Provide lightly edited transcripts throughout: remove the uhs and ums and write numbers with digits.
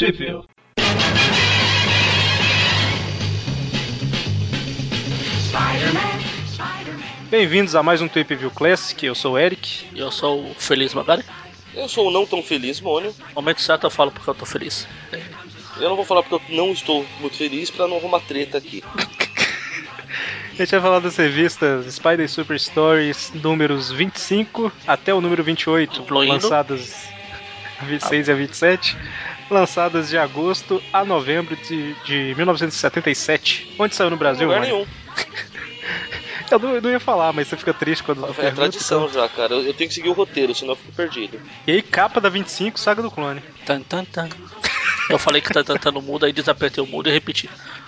Trip-View. Bem-vindos a mais um Trip-View Classic. Eu sou o Eric. E eu sou o Feliz Magari. Eu sou o não tão feliz Mônio. No momento certo eu falo porque eu tô feliz. Eu não vou falar porque eu não estou muito feliz pra não arrumar treta aqui. A gente vai falar das revistas Spider Super Stories números 25 até o número 28, Incluindo lançadas 26 a 27, lançadas de agosto a novembro de 1977. Onde saiu no Brasil, Lugar Mônio? nenhum. Eu não ia falar, mas você fica triste quando eu É pergunto, tradição então. já, cara. Eu tenho que seguir o roteiro, senão eu fico perdido. E aí, capa da 25, Saga do Clone. tan, tan, tan. Eu falei que tá no mudo, aí desapertei o mudo e repeti.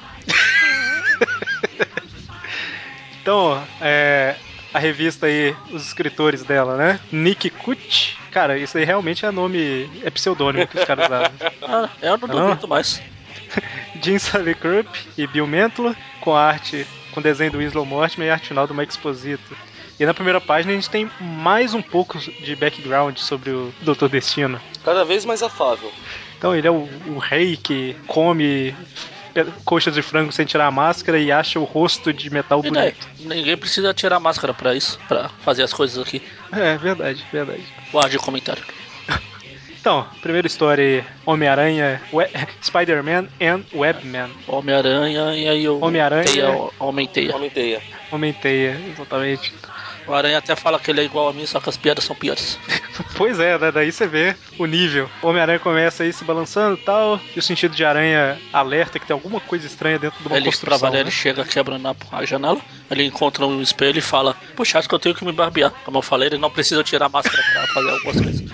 Então, a revista aí, os escritores dela, né? Nick Kut. Cara, isso aí realmente é pseudônimo que os caras usavam. Ah, eu não Não? duvido mais. Jim Salicrup e Bill Mantlo, com desenho do Winslow Mortimer e arte final do Mike Exposito. E na primeira página a gente tem mais um pouco de background sobre o Dr. Destino. Cada vez mais afável. Então ele é o rei que come coxas de frango sem tirar a máscara e acha o rosto de metal E daí? bonito. Ninguém precisa tirar a máscara pra isso, pra fazer as coisas aqui. É, verdade, verdade. Guarde o comentário. Então, primeira história aí, Homem-Aranha, Spider-Man and Webman. Homem-Aranha e aí o Homem-Aranha, Homem-Teia. Homem-Teia. Homem-Teia, exatamente. O Aranha até fala que ele é igual a mim, só que as piadas são piores. Pois é, né? Daí você vê o nível. O Homem-Aranha começa aí se balançando e tal, e o sentido de aranha alerta que tem alguma coisa estranha dentro de uma Ele, pra construção, variar, né? ele chega quebrando a janela, ele encontra um espelho e fala: puxa, acho que eu tenho que me barbear. Como eu falei, ele não precisa tirar a máscara pra fazer algumas coisas.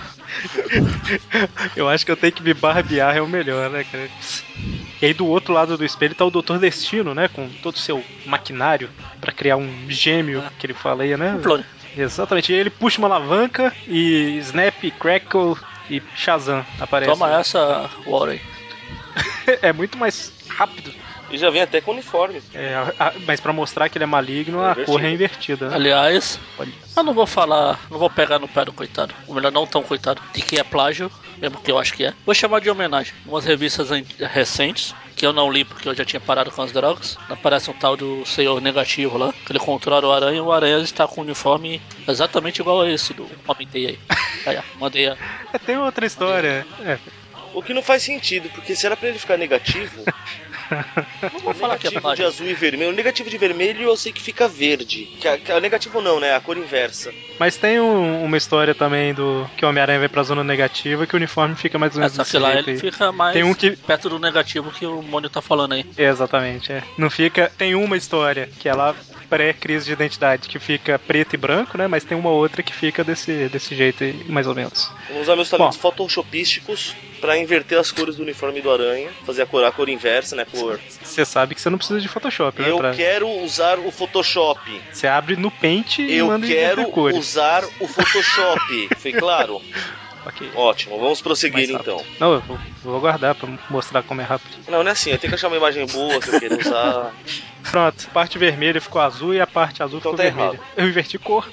Eu acho que eu tenho que me barbear é o melhor, né, cara? E aí do outro lado do espelho tá o Dr. Destino, né? Com todo o seu maquinário pra criar um gêmeo que ele fala aí, né? Um clone. Exatamente. E aí ele puxa uma alavanca e Snap, Crackle e Shazam aparecem. Toma essa, Warren. É muito mais rápido. E já vem até com uniforme. Mas pra mostrar que ele é maligno, a cor é invertida, né? Aliás, eu não vou falar, não vou pegar no pé do coitado, ou melhor, não tão coitado, de que é plágio, mesmo que eu acho que é. Vou chamar de homenagem. Umas revistas recentes, que eu não li porque eu já tinha parado com as drogas. Aparece um tal do Senhor Negativo lá, que ele controla o Aranha, e o Aranha está com um uniforme exatamente igual a esse do Homem-Teia aí. Aí, ó, mandei a... Tem outra história. O que não faz sentido, porque se era pra ele ficar negativo... Não vou falar que é negativo de plágio. azul e vermelho. O negativo de vermelho eu sei que fica verde. Que o negativo não, né? A cor inversa. Mas tem uma história também do que o Homem-Aranha vai pra zona negativa que o uniforme fica mais ou menos Só desse que lá jeito ele aí. fica mais Tem um que. perto do negativo que o Mônio tá falando aí. Exatamente, é. Não fica. Tem uma história que é lá pré-crise de identidade que fica preto e branco, né? Mas tem uma outra que fica desse jeito aí, mais ou menos. Vamos usar meus Bom, talentos photoshopísticos pra inverter as cores do uniforme do Aranha. Fazer a cor inversa, né? você sabe que você não precisa de Photoshop, né? Eu quero usar o Photoshop. Você abre no Paint e Eu manda quero inverter cores. usar o Photoshop. Foi claro? Ok. Ótimo, vamos prosseguir Mais rápido. então. Não, eu vou aguardar pra mostrar como é rápido. Não é assim, eu tenho que achar uma imagem boa que eu quero usar. Pronto, a parte vermelha ficou azul e a parte azul Então ficou tá vermelha. errado. Eu inverti cor.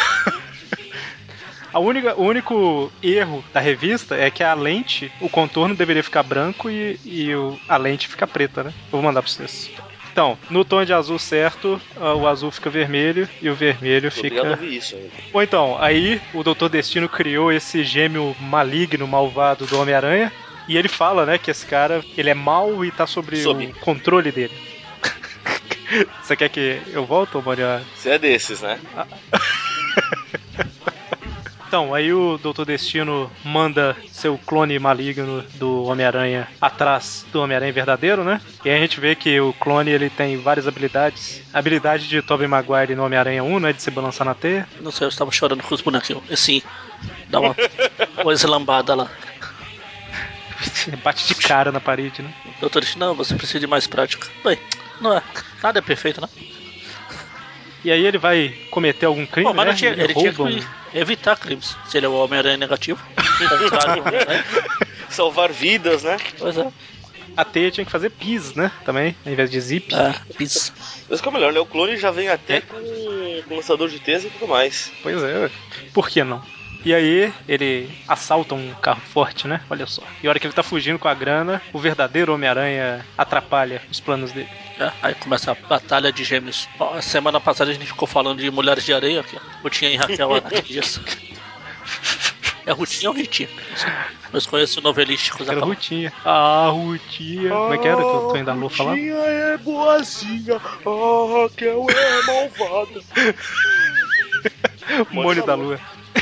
O único erro da revista é que a lente, o contorno deveria ficar branco e a lente fica preta, né? Eu vou mandar pra vocês. Então, no tom de azul certo, o azul fica vermelho e o vermelho Tô obrigado a fica... ouvir isso ainda. Ou então, aí o Dr. Destino criou esse gêmeo maligno, malvado do Homem-Aranha, e ele fala, né, que esse cara, ele é mau e tá sobre o controle dele. Você quer que eu volte, Maria? Você é desses, né? Então, aí o Dr. Destino manda seu clone maligno do Homem-Aranha atrás do Homem-Aranha verdadeiro, né? E aí a gente vê que o clone ele tem várias habilidades. A habilidade de Tobey Maguire no Homem-Aranha 1, né? De se balançar na teia. Não sei, eu estava chorando com os bonequinhos. Assim, dá uma eslambada lá. Bate de cara na parede, né? O doutor disse, não, você precisa de mais prática. Bem, não é. Nada é perfeito, né? E aí ele vai cometer algum crime, Bom, mas né? não tinha, ele tinha que evitar crimes. Se ele é o Homem-Aranha negativo, contrário do Homem-Aranha. Salvar vidas, né? Pois é. A teia tinha que fazer pis, né? Também, ao invés de zip. Pis. Mas que é o melhor, né? O clone já vem até com lançador de tesa e tudo mais. Pois é. Por que não? E aí, ele assalta um carro forte, né? Olha só. E a hora que ele tá fugindo com a grana, o verdadeiro Homem-Aranha atrapalha os planos dele. Aí começa a batalha de gêmeos. Ó, a semana passada a gente ficou falando de Mulheres de Areia aqui, ó. Rutinha e Raquel aqui disso. É Rutinha ou Ritinha? Não sei. Mas conheço novelísticos Era a falar. Rutinha. Ah, Rutinha. Como é que era que o Tonho da Lua falava? Rutinha é boazinha, a Raquel é malvada. Molho da Lua.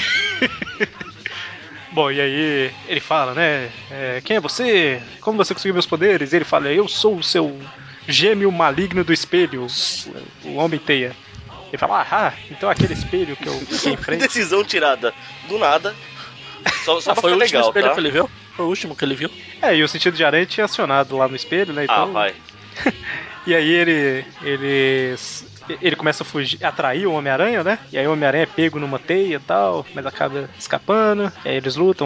Bom, e aí ele fala, né? Quem é você? Como você conseguiu meus poderes? E ele fala, eu sou o seu gêmeo maligno do espelho, o Homem-Teia. Ele fala, então aquele espelho que eu fiquei em frente. Decisão tirada do nada. Só pra Foi ficar o último legal, espelho tá? que ele viu? Foi o último que ele viu? E o sentido de aranha tinha acionado lá no espelho, né? Então, Vai. E aí ele começa a fugir, atrair o Homem-Aranha, né? E aí o Homem-Aranha é pego numa teia e tal, mas acaba escapando. E aí eles lutam.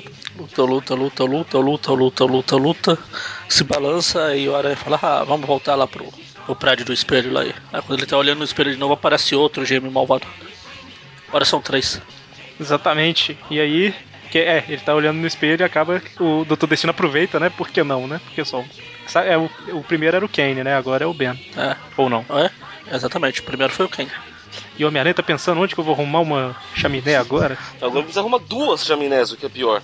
Luta. Se balança e o Aranha fala, vamos voltar lá pro prédio do espelho lá. Aí quando ele tá olhando no espelho de novo, aparece outro gêmeo malvado. Agora são 3. Exatamente. E aí, ele tá olhando no espelho e acaba. O Dr. Destino aproveita, né? Por que não, né? Porque só. O primeiro era o Kane, né? Agora é o Ben. Ou não. Exatamente. O primeiro foi o Ken. E o Homem-Aranha tá pensando onde que eu vou arrumar uma chaminé agora? Agora precisa arrumar 2 chaminés, o que é pior.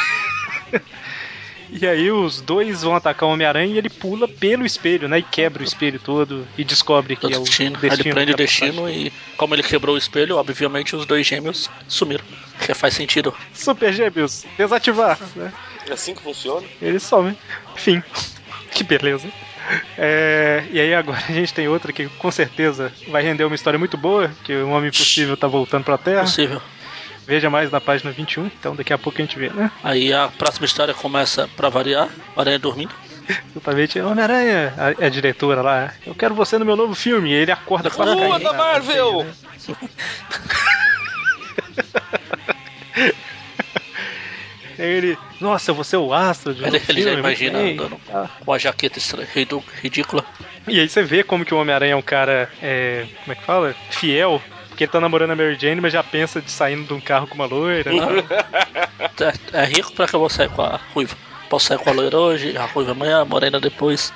E aí os dois vão atacar o Homem-Aranha e ele pula pelo espelho, né? E quebra o espelho todo e descobre que é o Destino. Aí ele prende o Destino e, como ele quebrou o espelho, obviamente os 2 gêmeos sumiram. Que faz sentido. Super Gêmeos, desativar, né? É assim que funciona? Eles somem. Enfim, que beleza. E aí agora a gente tem outra que com certeza vai render uma história muito boa, que o Homem Impossível tá voltando pra Terra. Possível. Veja mais na página 21, então daqui a pouco a gente vê, né? Aí a próxima história começa, pra variar, o Aranha dormindo. Exatamente, Homem-Aranha, a diretora lá, eu quero você no meu novo filme, e ele acorda com a Rua da Marvel! né? Aí ele, nossa, eu vou ser o astro de um Ele filme, já imagina muito bem. andando com a jaqueta ridícula. E aí você vê como que o Homem-Aranha é um cara, como é que fala? Fiel. Porque ele tá namorando a Mary Jane, mas já pensa de saindo de um carro com uma loira. É rico pra que eu vou sair com a ruiva. Posso sair com a loira hoje, a ruiva amanhã, a morena depois.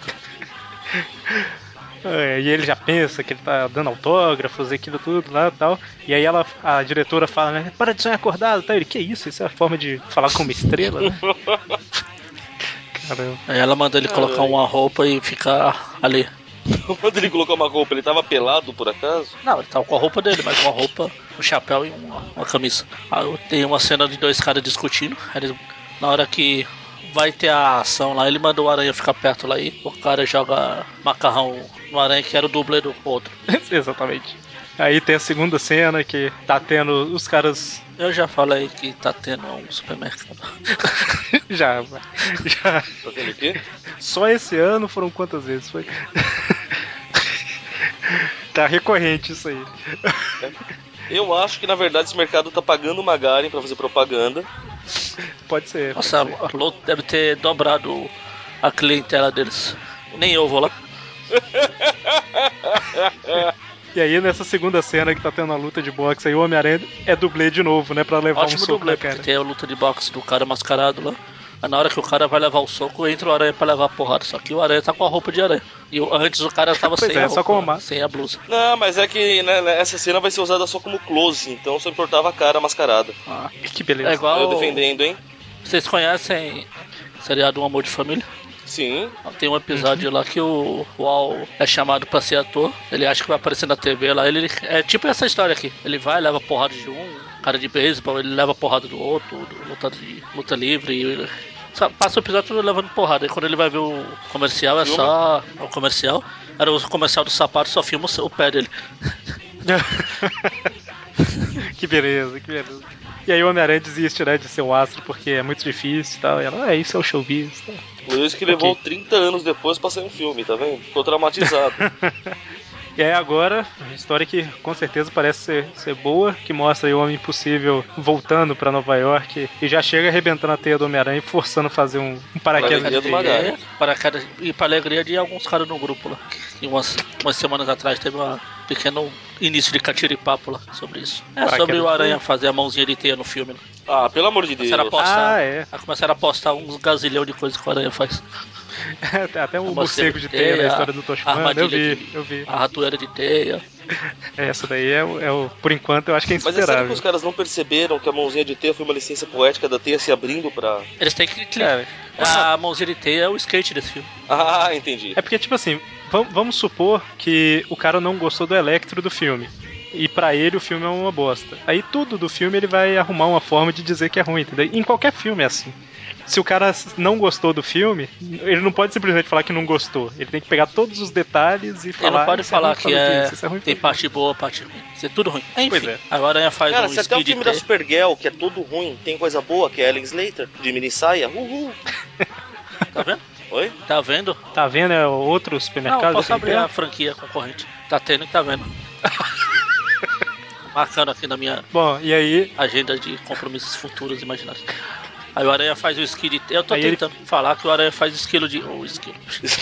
E ele já pensa que ele tá dando autógrafos e aquilo tudo lá e tal. E aí a diretora fala, né? Para de sonhar acordado, tá? Ele, que isso? Isso é a forma de falar com uma estrela, né? Caramba. Aí ela manda ele colocar uma roupa e ficar ali. Quando ele colocou uma roupa, ele tava pelado por acaso? Não, ele tava com a roupa dele, mas uma roupa, um chapéu e uma camisa. Aí tem uma cena de 2 caras discutindo. Na hora que vai ter a ação lá, ele manda o Aranha ficar perto lá e o cara joga macarrão no Aranha, que era o dublê do outro. Exatamente. Aí tem a segunda cena que tá tendo os caras. Eu já falei que tá tendo um supermercado. já. Tá tendo o quê? Só esse ano foram quantas vezes? Foi. Tá recorrente isso aí. Eu acho que na verdade esse mercado tá pagando o Magaren pra fazer propaganda. Pode ser. Nossa, a Loto deve ter dobrado a clientela deles. Nem eu vou lá. E aí, nessa segunda cena que tá tendo a luta de boxe, aí o Homem-Aranha é dublê de novo, né? Pra levar Ótimo um soco dublê, na cara. porque tem a luta de boxe do cara mascarado lá. Aí na hora que o cara vai levar o soco, entra o Aranha pra levar a porrada. Só que o Aranha tá com a roupa de aranha. E antes o cara tava sem a roupa, só com uma... sem a blusa. Não, mas é que né, essa cena vai ser usada só como close, então só importava a cara mascarada. Que beleza. É igual... Eu defendendo, hein? Vocês conhecem o seriado Um Amor de Família? Sim. Tem um episódio lá que o Al é chamado pra ser ator. Ele acha que vai aparecer na TV lá. Ele é tipo essa história aqui. Ele vai, leva porrada de um cara de beisebol, ele leva porrada do outro, lutador de luta livre. E passa o episódio todo levando porrada. E quando ele vai ver o comercial, é só. O comercial. Era o comercial do sapato, só filma o pé dele. Que beleza, que beleza. E aí o Homem-Aranha desiste, né, de ser o astro porque é muito difícil e tal. E ela, isso é o showbiz. Tá? Por isso que levou 30 anos depois pra sair um filme, tá vendo? Ficou traumatizado. E aí agora, uma história que com certeza parece ser boa, que mostra aí o Homem Impossível voltando pra Nova York e já chega arrebentando a teia do Homem-Aranha e forçando fazer um paraquedas do Magaren. E pra alegria de alguns caras no grupo lá. Que umas semanas atrás teve uma pequeno início de catiripapo lá sobre isso. Ah, Sobre quero o Aranha ver. fazer a mãozinha de teia no filme. Né? Ah, pelo amor de Deus. Começaram a postar, é. começaram a postar uns gazilhão de coisas que o Aranha faz. Até A um morcego morcego de teia na história do a Toshimano, armadilha eu vi. a ratoeira de teia. Essa daí por enquanto, eu acho que é Mas é sério que insuperável. os caras não perceberam que a mãozinha de teia foi uma licença poética da teia se abrindo pra... Eles têm que Cara, a mãozinha de teia é o skate desse filme. Ah, entendi. é porque, tipo assim, vamos supor que o cara não gostou do Electro do filme. E pra ele o filme é uma bosta. Aí tudo do filme ele vai arrumar uma forma de dizer que é ruim, entendeu? Em qualquer filme é assim. Se o cara não gostou do filme, ele não pode simplesmente falar que não gostou. Ele tem que pegar todos os detalhes e falar. Ele não pode "Isso é ruim falar por que causa disso, isso é ruim por tem causa parte boa, parte ruim. Isso é tudo ruim. Enfim, Pois é. agora a Aranha faz Cara, um se até o ski de filme da teia. Supergirl, que é todo ruim, tem coisa boa, que é Ellen Slater, de mini saia, uhul. Tá vendo? Oi? Tá vendo? Tá vendo? É outro Não, eu supermercado posso daquele abrir tempo? a franquia concorrente. Tá tendo e tá vendo. Marcando aqui na minha Bom, e aí. agenda de compromissos futuros imaginários. Aí o Aranha faz o esqui de teia. Eu tô Aí ele- tentando falar que o Aranha faz esquilo de. Ou esquilo.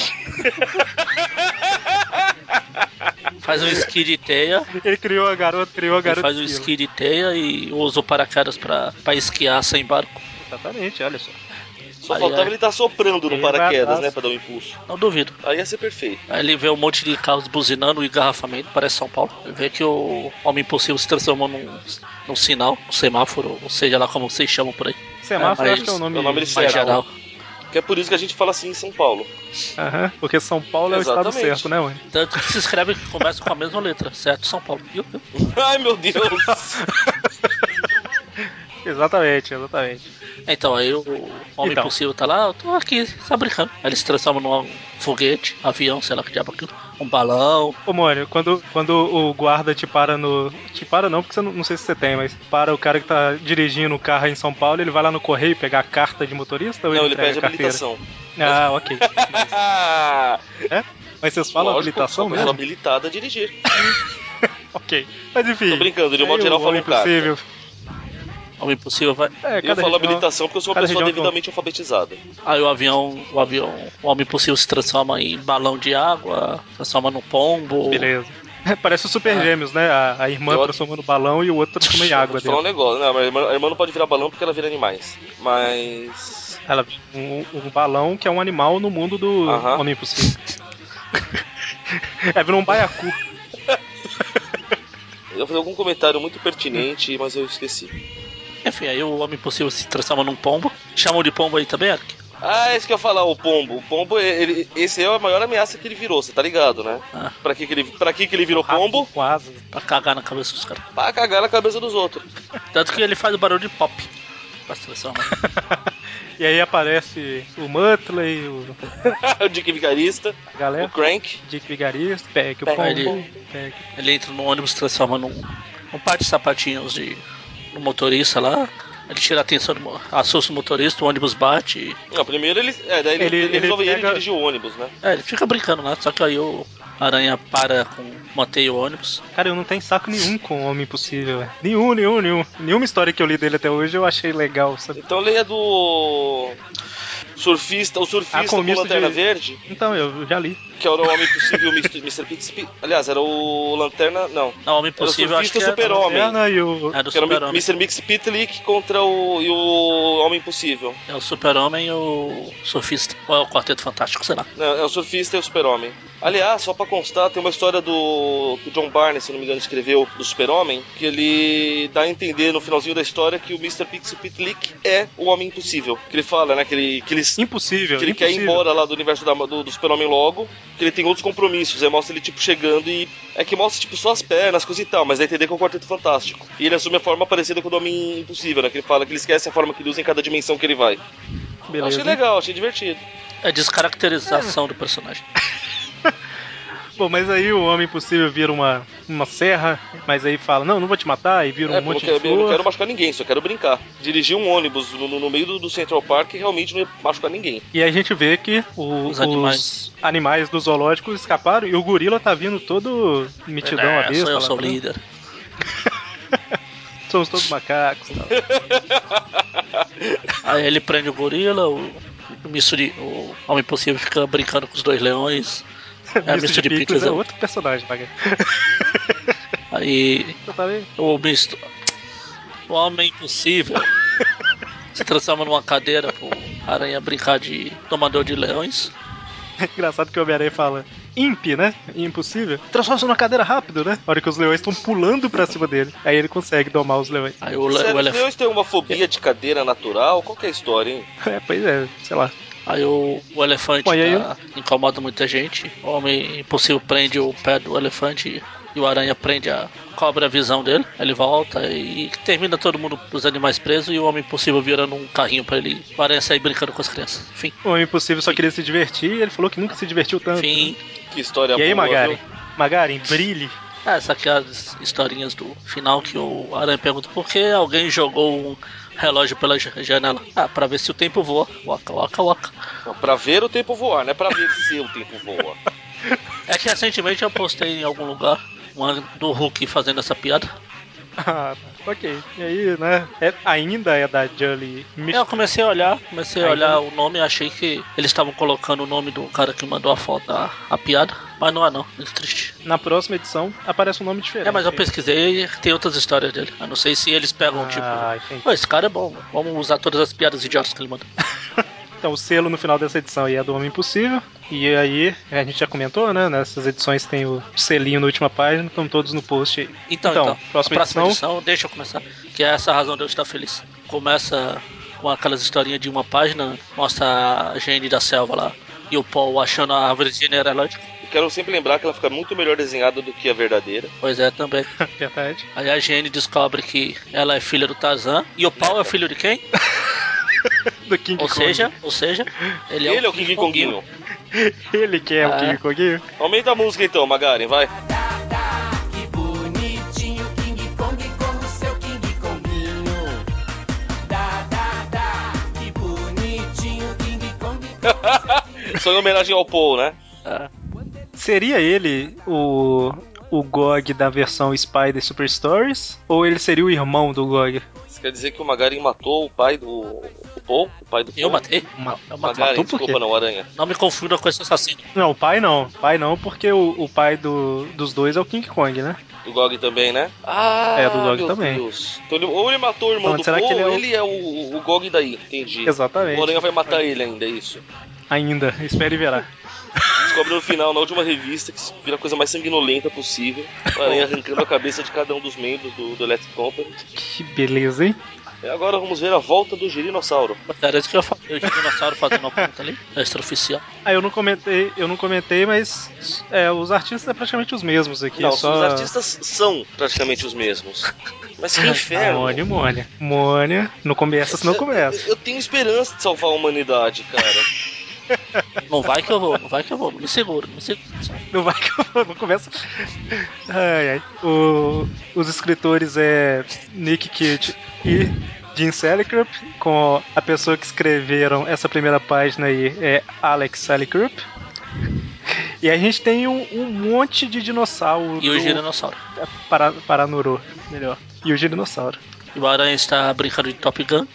Faz um esqui de teia. Ele criou a garota Ele faz um esquilo. esqui de teia e usa o paraquedas pra esquiar sem barco. Exatamente, olha só. Só Aí faltava é. ele estar soprando no Ele vai paraquedas, atrás. né, pra dar um impulso. Não duvido. Aí ia ser perfeito. Aí ele vê um monte de carros buzinando e engarrafamento, parece São Paulo. Ele vê que o Homem Impossível se transformou num sinal, um semáforo, ou seja lá como vocês chamam por aí. Semáforo, eu acho que é o Mas nome, É o nome mais geral. geral. Que é por isso que a gente fala assim em São Paulo. Aham, porque São Paulo é o estado Exatamente. certo, né, mãe? Tanto que se escreve que começa com a mesma letra, certo? São Paulo. Viu? Ai, meu Deus. Exatamente. Então, aí o Homem Então, Impossível tá lá, eu tô aqui, só brincando. Aí ele se transforma num foguete, avião, sei lá que diabo é aquilo, um balão. ô Mônio, quando o guarda te para no. Te para não, porque você não sei se você tem, mas para o cara que tá dirigindo o carro aí em São Paulo, ele vai lá no correio pegar a carta de motorista ou Não, ele ele entrega pede a carteira? habilitação. Ah, ok. Ah, É? Mas vocês falam lógico, habilitação uma pessoa mesmo? habilitada a dirigir. Ok. Mas enfim. Tô brincando, de um aí modo geral o falam Homem Impossível. Homem Impossível vai. Eu Cada falo região. habilitação porque eu sou uma Cada pessoa região tem um. devidamente alfabetizada. Aí o Homem Impossível se transforma em balão de água, transforma num pombo. Beleza. Parece os Super Ah. Gêmeos, né? A irmã Eu- transformando balão e o outro transformando em Eu vou água te falar um dentro. negócio. Não, a irmã não pode virar balão porque ela vira animais. Mas... Ela um balão que é um animal no mundo do Aham. Homem Impossível. Virou um baiacu. Eu ia fazer algum comentário muito pertinente, mas eu esqueci. Enfim, aí o Homem Impossível se transforma num pombo. Chamam de pombo aí também, Eric? Ah, é isso que eu ia falar, o pombo. O pombo, esse é a maior ameaça que ele virou, você tá ligado, né? Ah. Pra que ele virou Rato pombo? com asas. Pra cagar na cabeça dos caras. Pra cagar na cabeça dos outros. Tanto que ele faz o barulho de pop. Pra se transformar. E aí aparece o Muttley, O Dick Vigarista, a galera. o Crank. Dick Vigarista, pegue o Pegue. pombo. Pegue. Ele entra no ônibus, se transforma num par de sapatinhos no motorista lá. Ele tira a atenção, assusta o motorista, o ônibus bate. Não, primeiro ele. Daí ele resolve ele pega- dirigir o ônibus, né? Ele fica brincando lá, só que aí o Aranha para mantém o ônibus. Cara, eu não tenho saco nenhum com o Homem Impossível, velho. Nenhum. Nenhuma história que eu li dele até hoje eu achei legal, sabe? Então leia do. Surfista, o surfista com com misto lanterna de- verde, Então, eu já li. que era o Homem Possível, o Mr. Pixie. Aliás, era o Lanterna. Não. Não, o Homem Era o Impossível acho surfista que e o Super-Homem. Lanterna e o... é do Que era o Super-Homem. Mr. Mix Pitlick contra o Homem Impossível. É o Super-Homem e o Surfista. Ou é o Quarteto Fantástico, sei lá. Não, é o surfista e o Super-Homem. Aliás, só pra constar, tem uma história que o John Barney, se não me engano, escreveu do Super-Homem, que ele dá a entender no finalzinho da história que o Mr. Pixie Pitlick é o Homem Impossível. Que ele fala, né, que ele Impossível, que ele quer ir embora lá do universo do Super-Homem logo, que ele tem outros compromissos. Aí mostra ele, tipo, chegando e... É que mostra, tipo, só as pernas, coisa e tal, mas dá a entender que é o Quarteto Fantástico. E ele assume a forma parecida com o do Homem Impossível, né? Que ele fala que ele esquece a forma que ele usa em cada dimensão que ele vai. Eu achei Beleza. legal, achei divertido. É descaracterização do personagem. Bom, mas aí o Homem Impossível vira uma serra, mas aí fala, não vou te matar, e vira um monte de Eu não flor. quero machucar ninguém, só quero brincar. Dirigir um ônibus no meio do Central Park realmente não ia machucar ninguém. E aí a gente vê que Os os animais do zoológico escaparam e o gorila tá vindo todo mitidão a besta Sou eu, lá. sou o atrás. líder. Somos todos macacos e tal. Aí ele prende o gorila, o Homem Impossível fica brincando com os dois leões. É Misto de Mr. Pickles Pickles é outro personagem, paga. Aí Eu falei. o Homem Impossível se transforma numa cadeira pro Aranha brincar de domador de leões. É engraçado que o Homem-Aranha fala imp, né? Impossível. Transforma-se numa cadeira rápido, né? A hora que os leões estão pulando pra cima dele. Aí ele consegue domar os leões. Aí Sério, os leões têm uma fobia de cadeira natural? Qual que é a história, hein? Pois é, sei lá. Aí o elefante incomoda muita gente. O Homem Impossível prende o pé do elefante e o Aranha prende cobra a visão dele. Ele volta e termina todo mundo, os animais presos, e o Homem Impossível virando um carrinho pra ele, o Aranha sair brincando com as crianças. Fim. O Homem Impossível só queria se divertir e ele falou que nunca se divertiu tanto. Fim. Né? Que história boa. E aí, boa, Magaren? viu? Magaren, brilhe. Essas aqui as historinhas do final que o Aranha pergunta por que alguém jogou um relógio pela janela. Pra ver se o tempo voa. Waka, waka, waka. Não, pra ver o tempo voar, não é pra ver se o tempo voa. É que recentemente eu postei em algum lugar do Hulk fazendo essa piada. Ah, ok. E aí, né? Ainda é da Jolly Mission. Eu comecei a olhar o nome e achei que eles estavam colocando o nome do cara que mandou a foto, a piada. Mas não é não, muito triste. Na próxima edição aparece um nome diferente. Mas eu pesquisei e tem outras histórias dele. Eu não sei se eles pegam, entendi. Esse cara é bom, vamos usar todas as piadas idiotas que ele manda. Então, o selo no final dessa edição aí é do Homem Impossível. E aí, a gente já comentou, né? Nessas edições tem o selinho na última página, estão todos no post aí. Então, próxima edição, deixa eu começar. Que é essa a razão de eu estar feliz. Começa com aquelas historinhas de uma página, mostra a Jane da selva lá e o Paul achando a árvore genealógica. Eu quero sempre lembrar que ela fica muito melhor desenhada do que a verdadeira. Pois é, também. Verdade. Aí a Jane descobre que ela é filha do Tarzan. E o Paul é filho de quem? Do King Kong. Ou seja, ele é o King Konguinho. Ele que é o King Konguinho. Aumenta a música então, Magaren, vai. Que bonitinho King Kong como seu King Konguinho. Que bonitinho King Kong. Só em homenagem ao Paul, né? Seria ele o Gog da versão Spider Super Stories? Ou ele seria o irmão do Gog? Isso quer dizer que o Magaren matou o pai do Paul? O pai do Paul? Eu matei. Magaren, desculpa, não, Aranha. Não me confunda com esse assassino. Não, o pai não. Pai não, porque o pai dos dois é o King Kong, né? Do Gog também, né? Do Gog meu também. Deus. Então, ou ele matou o irmão do será Paul, que ou ele é o Gog daí, entendi. Exatamente. O Aranha vai matar ele ainda, é isso. Ainda, espere e verá. Descobre no final, na última revista, que vira a coisa mais sanguinolenta possível. O Aranha arrancando a cabeça de cada um dos membros do Electric Company. Que beleza, hein? E agora vamos ver a volta do Girinossauro. Era isso que eu falei, o Girinossauro fazendo a ponta ali, extraoficial. Eu não comentei, mas os artistas são praticamente os mesmos aqui. Não, só... os artistas são praticamente os mesmos. Mas que inferno. Mônia. Não começa, senão começa. Eu tenho esperança de salvar a humanidade, cara. Não vai que eu vou, me seguro. Não vai que eu vou, não começa. Ai. Os escritores é Nick Kitt e Jim Salicrup, com a pessoa que escreveram essa primeira página aí é Alex Salicrup. E a gente tem um monte de dinossauro. E o Girinossauro. Paranuru, melhor. E o Girinossauro. E o Aranha está brincando de Top Gun.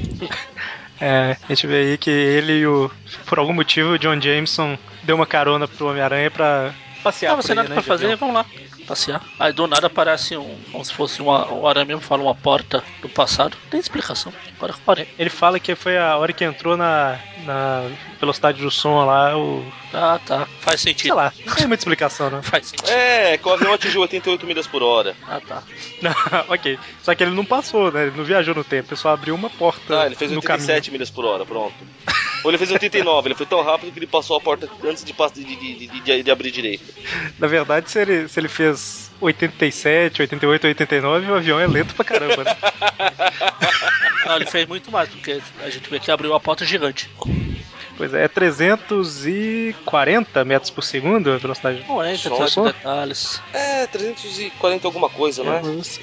A gente vê aí que ele e por algum motivo, o John Jameson deu uma carona pro Homem-Aranha pra passear. Não, você nada pra fazer, vamos lá. Passear. Aí do nada aparece como se fosse o Aranha mesmo fala, uma porta do passado. Tem explicação. Agora que parei. Ele fala que foi a hora que entrou na velocidade do som lá, Tá. Faz sentido. Sei lá, não tem muita explicação, não. Faz sentido. Que o avião atingiu 88 milhas por hora. Tá. Ok. Só que ele não passou, né? Ele não viajou no tempo. Ele só abriu uma porta. Ele fez no 87 caminho. milhas por hora, pronto. Ou ele fez 89, ele foi tão rápido que ele passou a porta antes de abrir direito. Na verdade, se ele fez 87, 88, 89, o avião é lento pra caramba, né? Não, ele fez muito mais, porque a gente vê que abriu a porta gigante. Pois é 340 metros por segundo a velocidade. Não entra tantos detalhes. 340 alguma coisa, né?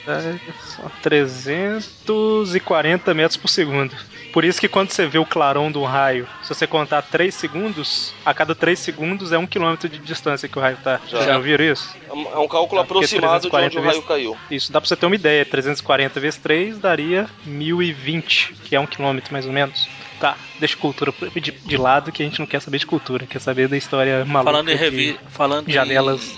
340 metros por segundo. Por isso que quando você vê o clarão do raio, se você contar 3 segundos, a cada 3 segundos é 1 km de distância que o raio tá. Já ouviram isso? É um cálculo aproximado de onde o raio caiu. Isso, dá pra você ter uma ideia. 340 vezes 3 daria 1020, que é 1 km mais ou menos. Tá, deixa cultura de lado, que a gente não quer saber de cultura, quer saber da história maluca. Falando em janelas.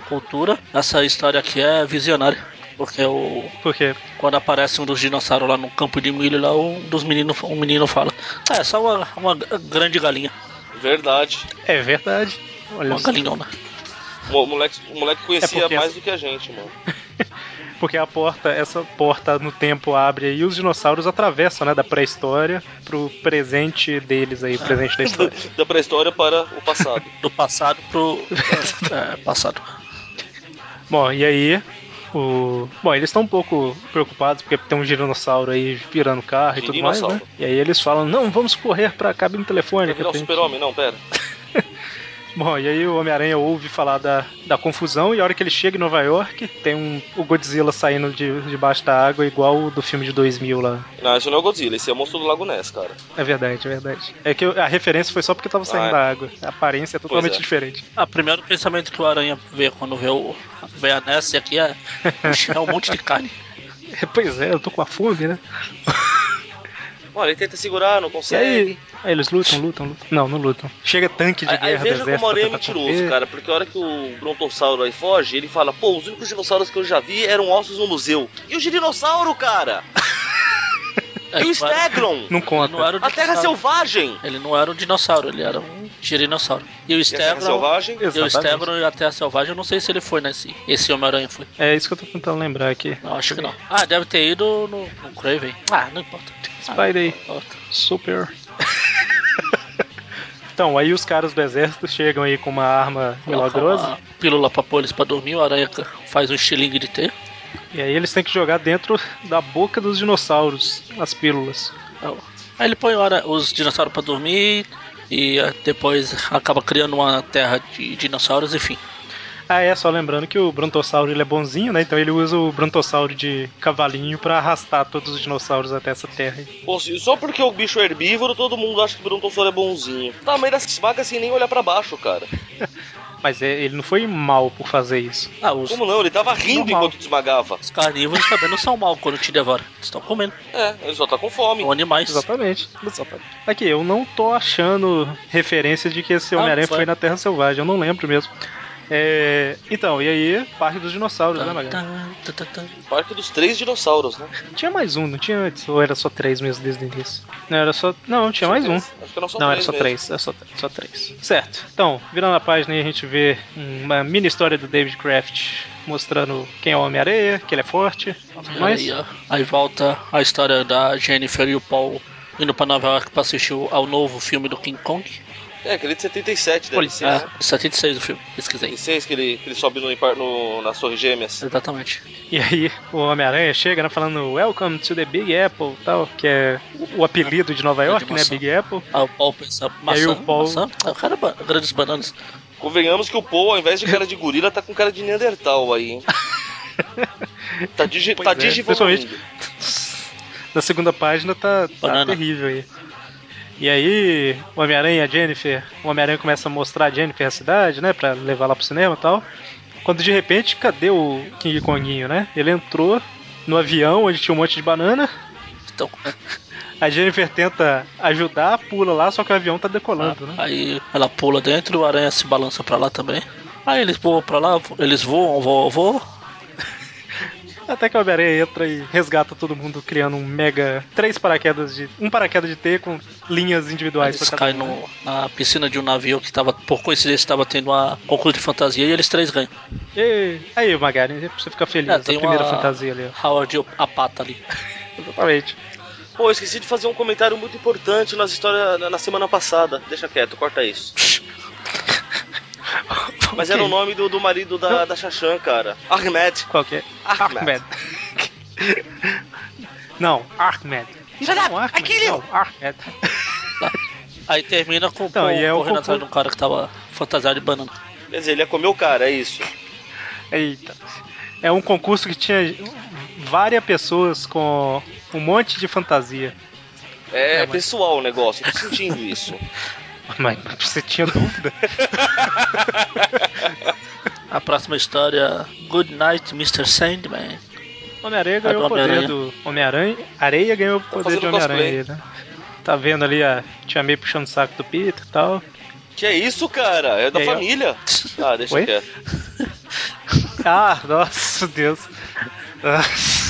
cultura, essa história aqui é visionária. Porque Porque quando aparece um dos dinossauros lá no campo de milho, lá um menino fala: é só uma grande galinha. Verdade. é verdade. Olha Uma só. galinhona. O moleque conhecia porque mais essa- do que a gente, mano. Porque essa porta no tempo abre aí e os dinossauros atravessam, né, da pré-história pro presente deles aí, o presente da história. Da pré-história para o passado. Do passado pro. Passado. Bom, e aí Bom, eles estão um pouco preocupados porque tem um dinossauro aí virando carro e tudo mais, né? Girinossauro. E aí eles falam, não, vamos correr pra cabine Vai telefônica. virar o pra gente-" super-homem? Não, pera. Bom, e aí o Homem-Aranha ouve falar da confusão e a hora que ele chega em Nova York, tem o Godzilla saindo debaixo da água igual o do filme de 2000 lá. Não, esse não é o Godzilla, esse é o monstro do Lago Ness, cara. É verdade, é verdade. É que a referência foi só porque tava saindo é. da água. A aparência é totalmente Pois é. diferente. Primeiro pensamento que o Aranha vê quando vê a Nessie aqui é. Puxa, é um monte de carne. Pois é, eu tô com a fome, né? Olha, ele tenta segurar, não E consegue. aí eles lutam. Não, não lutam. Chega tanque de Aí guerra do veja exército como o Aranha é pra tentar mentiroso, conter. cara, porque a hora que o Brontossauro aí foge, ele fala, pô, os únicos dinossauros que eu já vi eram ossos no museu. E o girinossauro, cara? E o Stegron? Não Ele conta. não era um A Terra dinossauro. Selvagem? Ele não era um dinossauro, ele era um girinossauro. E o E a Terra Stegron. Selvagem? E o Exatamente. Stegron e a Terra Selvagem, eu não sei se ele foi nesse. Esse Homem-Aranha foi. É isso que eu tô tentando lembrar aqui. Não, acho que não. Deve ter ido no Craven. Não importa. Spidey. Não importa. Super. Então, aí os caras do exército chegam aí com uma arma Coloca milagrosa. uma pílula pra pôr eles pra dormir, o Aranha faz um estilingue de ter. E aí eles têm que jogar dentro da boca dos dinossauros as pílulas. Aí ele põe os dinossauros pra dormir e depois acaba criando uma terra de dinossauros, enfim. Só lembrando que o Brontossauro ele é bonzinho, né? Então ele usa o Brontossauro de cavalinho pra arrastar todos os dinossauros até essa terra aí. Pô, só porque o bicho é herbívoro, todo mundo acha que o Brontossauro é bonzinho. Tá, mas ele esmaga sem nem olhar pra baixo, cara. Mas ele não foi mal por fazer isso. Como não? Ele tava rindo Normal. enquanto desmagava. Os carnívoros também não são mal quando te devoram. Eles estão comendo. Ele só tá com fome. São animais. Exatamente. Aqui, eu não tô achando referência de que esse Homem-Aranha foi. foi na Terra Selvagem, eu não lembro mesmo. Então, e aí, Parque dos Dinossauros, né, Magali? Parque dos 3 dinossauros, né? Tinha mais um, não tinha antes? Ou era só 3 mesmo desde o início? Não, era só. Não, tinha mais um. Acho que eram só Não, era 3 só mesmo. 3. Era só 3. Certo. Então, virando a página aí, a gente vê uma mini história do David Kraft mostrando quem é o Homem-Areia, que ele é forte. Aí volta a história da Jennifer e o Paul indo pra Nova York pra assistir ao novo filme do King Kong. Aquele de 77 deve ser, né? 76 o filme, pesquisei. 76 que ele sobe nas Torres Gêmeas. Exatamente. E aí, o Homem-Aranha chega, né, falando Welcome to the Big Apple, tal, que é o apelido de Nova York, né, Big Apple. O Paul pensa, E aí o Paul... maçã? O cara é grandes bananas. Convenhamos que o Paul, ao invés de cara de gorila, tá com cara de Neandertal aí, hein? Tá digivoluindo. Principalmente na segunda página tá terrível aí. E aí, o Homem-Aranha e a Jennifer, o Homem-Aranha começa a mostrar a Jennifer a cidade, né, pra levar lá pro cinema e tal. Quando de repente, cadê o King Konguinho, né? Ele entrou no avião onde tinha um monte de banana. Então, A Jennifer tenta ajudar, pula lá, só que o avião tá decolando, né? Aí ela pula dentro, o Aranha se balança pra lá também. Aí eles voam pra lá, eles voam. Até que o Homem-Aranha entra e resgata todo mundo, criando um paraquedas de T com linhas individuais Eles pra cada caem um, né? na piscina de um navio que tava, por coincidência, estava tendo uma concurso de fantasia e eles 3 ganham. E aí, Magari, você fica feliz, Tem a primeira uma fantasia ali, ó. Howard a pata ali. Exatamente. Pô, eu esqueci de fazer um comentário muito importante nas histórias na semana passada. Deixa quieto, corta isso. Mas era o nome do marido da Shashan, cara. Ahmed. Qual que é? Ahmed. Não, Ahmed. Não, Ahmed. Não, Ahmed. Aí termina com o Então, Paul e é o correndo concurso- atrás de um cara que tava fantasiado de banana. Quer dizer, ele ia comer o cara, é isso. Eita. É um concurso que tinha várias pessoas com um monte de fantasia. É mas- pessoal o negócio, eu tô sentindo isso. Mas você tinha dúvida? A próxima história, Good Night, Mr. Sandman. Homem-Aranha ganhou do o poder Homem-Aranha. do Homem-Aranha. Areia ganhou o poder de fazendo Homem-Aranha cosplay. aí, né? Tá vendo ali a Tia May puxando o saco do Peter e tal. Que é isso, cara? É da E aí, ó. família. Deixa Oi? quieto. Ah, nossa, Deus. Ah.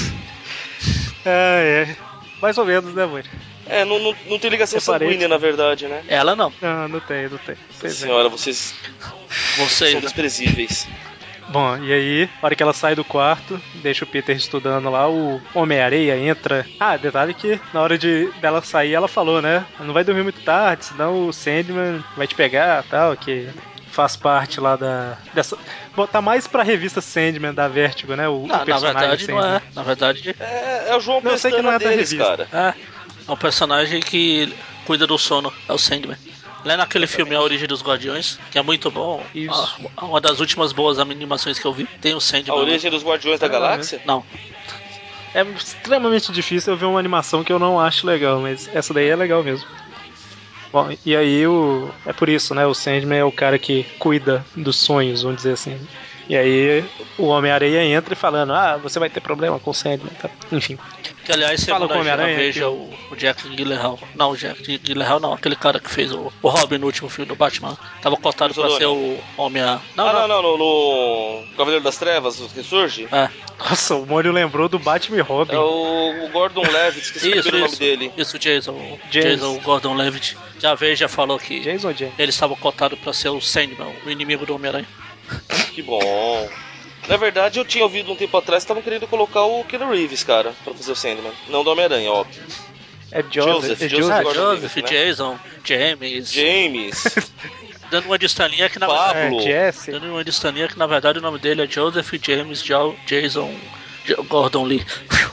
É. Mais ou menos, né, mãe? Não tem ligação É parente. sanguínea, na verdade, né? Ela não. Não tem, não tem. Nossa Pois é. senhora, vocês Vocês, são né? desprezíveis. Bom, e aí, na hora que ela sai do quarto, deixa o Peter estudando lá, o Homem-Areia entra. Ah, detalhe que na hora dela sair, ela falou, né? Não vai dormir muito tarde, senão o Sandman vai te pegar tal, que faz parte lá dessa. Bom, tá mais pra revista Sandman da Vertigo, né? O Na personagem verdade, não Sandman. é. Na verdade, É o João Não, eu sei que não Pestana é da deles, revista. cara. é um personagem que cuida do sono. É o Sandman. Lá naquele filme A Origem dos Guardiões, que é muito bom. Isso. Uma das últimas boas animações que eu vi. Tem o A Sandman lá. origem dos Guardiões da Ah, não, Galáxia? Não. É extremamente difícil eu ver uma animação que eu não acho legal, mas essa daí é legal mesmo. Bom, e aí é por isso, né? O Sandman é o cara que cuida dos sonhos, vamos dizer assim. E aí o Homem-Areia entra e falando, você vai ter problema com o Sandman, tá? Enfim. Que aliás, Fala segundo com o Homem-Aranha que Veja o Jack Gyllenhaal. Não, o Jack Gyllenhaal não, aquele cara que fez o Robin no último filme do Batman. Tava cotado Chris pra ser O'Donnell. o Homem-A. Não, Não, não. no Cavaleiro das Trevas Ressurge? É. Nossa, o Mônio lembrou do Batman e É Robin. o Gordon Levitt, esqueci o primeiro nome dele. Isso, Jason. James. Jason Gordon-Levitt. Que a Veja falou que Jason ou James? eles estavam cotados pra ser o Sandman, o inimigo do Homem-Aranha. Que bom. Na verdade, eu tinha ouvido um tempo atrás que estavam querendo colocar o Keanu Reeves, cara, pra fazer o Sandman. Não do Homem-Aranha, óbvio. É Joseph. Joseph Ah, Gordon-Levitt, Joseph, né? Jason, James. James, Dando uma distaninha que na Pablo. Jesse. Dando uma distaninha que na verdade o nome dele é Joseph James Jason Gordon Lee.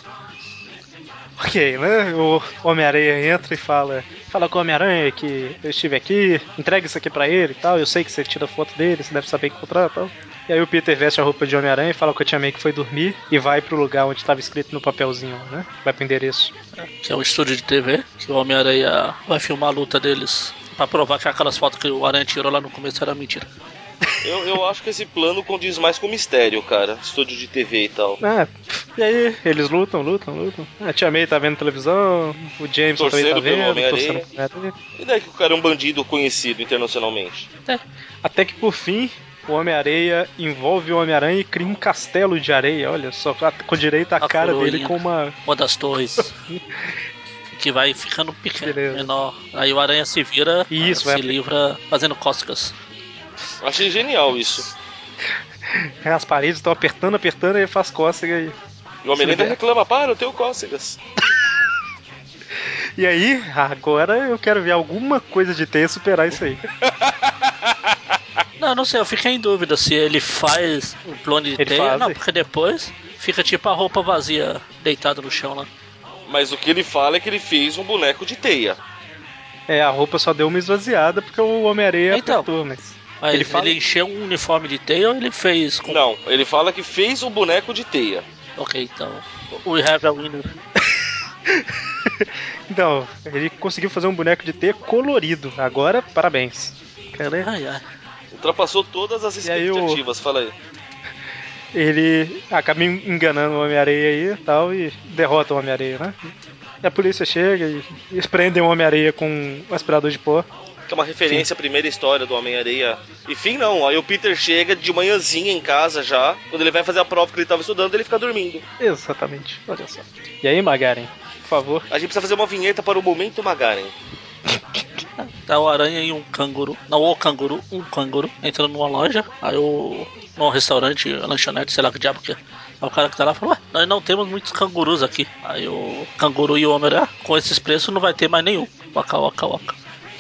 Ok, né? O Homem-Aranha entra e fala com o Homem-Aranha que eu estive aqui, entrega isso aqui pra ele e tal. Eu sei que você tira foto dele, você deve saber encontrar e tal. E aí o Peter veste a roupa de Homem-Aranha e fala com a Tia May que foi dormir e vai pro lugar onde estava escrito no papelzinho lá, né? Vai pro endereço. Que é um estúdio de TV, que o Homem-Aranha vai filmar a luta deles pra provar que aquelas fotos que o Aranha tirou lá no começo era mentira. Eu acho que esse plano condiz mais com o mistério, cara. Estúdio de TV e tal. E aí eles lutam. A Tia May tá vendo televisão, o Jameson também tá Torcendo pelo vendo, torcendo Homem-Aranha. pro Homem-Aranha. E daí que o cara é um bandido conhecido internacionalmente? Até que por fim, o Homem-Areia envolve o Homem-Aranha e cria um castelo de areia, olha só, com direito à A cara dele coroinha, com uma. uma das torres, que vai ficando pequeno, Beleza. menor. Aí o Aranha se vira, Isso, se vai livra fazendo cócegas. Achei genial isso. As paredes estão apertando, e ele faz cócega E o Homem-Aranha libera. reclama, para, eu tenho cócegas. E aí, agora eu quero ver alguma coisa de teia superar isso aí. Não sei, eu fiquei em dúvida se ele faz um clone de Ele teia. faz, Não, é. porque depois fica tipo a roupa vazia deitada no chão lá. Mas o que ele fala é que ele fez um boneco de teia. A roupa só deu uma esvaziada porque o Homem-Areia Então, apertou, mas. Mas Ele fala. ele encheu um uniforme de teia ou ele fez com. Não, ele fala que fez um boneco de teia. Ok, então. We have a winner. Então, ele conseguiu fazer um boneco de teia colorido. Agora, parabéns. Cara, Ai, ai. Ultrapassou todas as E aí expectativas, fala aí. ele acaba enganando o Homem-Areia aí e tal, e derrota o Homem-Areia, né? E a polícia chega e eles prendem o Homem-Areia com um aspirador de pó. Que é uma referência à primeira história do Homem-Areia. Enfim, não. Aí o Peter chega de manhãzinha em casa já. Quando ele vai fazer a prova que ele estava estudando, ele fica dormindo. Exatamente, olha só. E aí, Magaren, por favor. A gente precisa fazer uma vinheta para o Momento Magaren. Tá o aranha e um canguru. Não, o canguru, um canguru, entrando numa loja. Aí o. Num restaurante, lanchonete, sei lá que diabo que é. Aí o cara que tá lá falou: Ué, nós não temos muitos cangurus aqui. Aí o canguru e o homem, com esses preços não vai ter mais nenhum. Waka waka waka.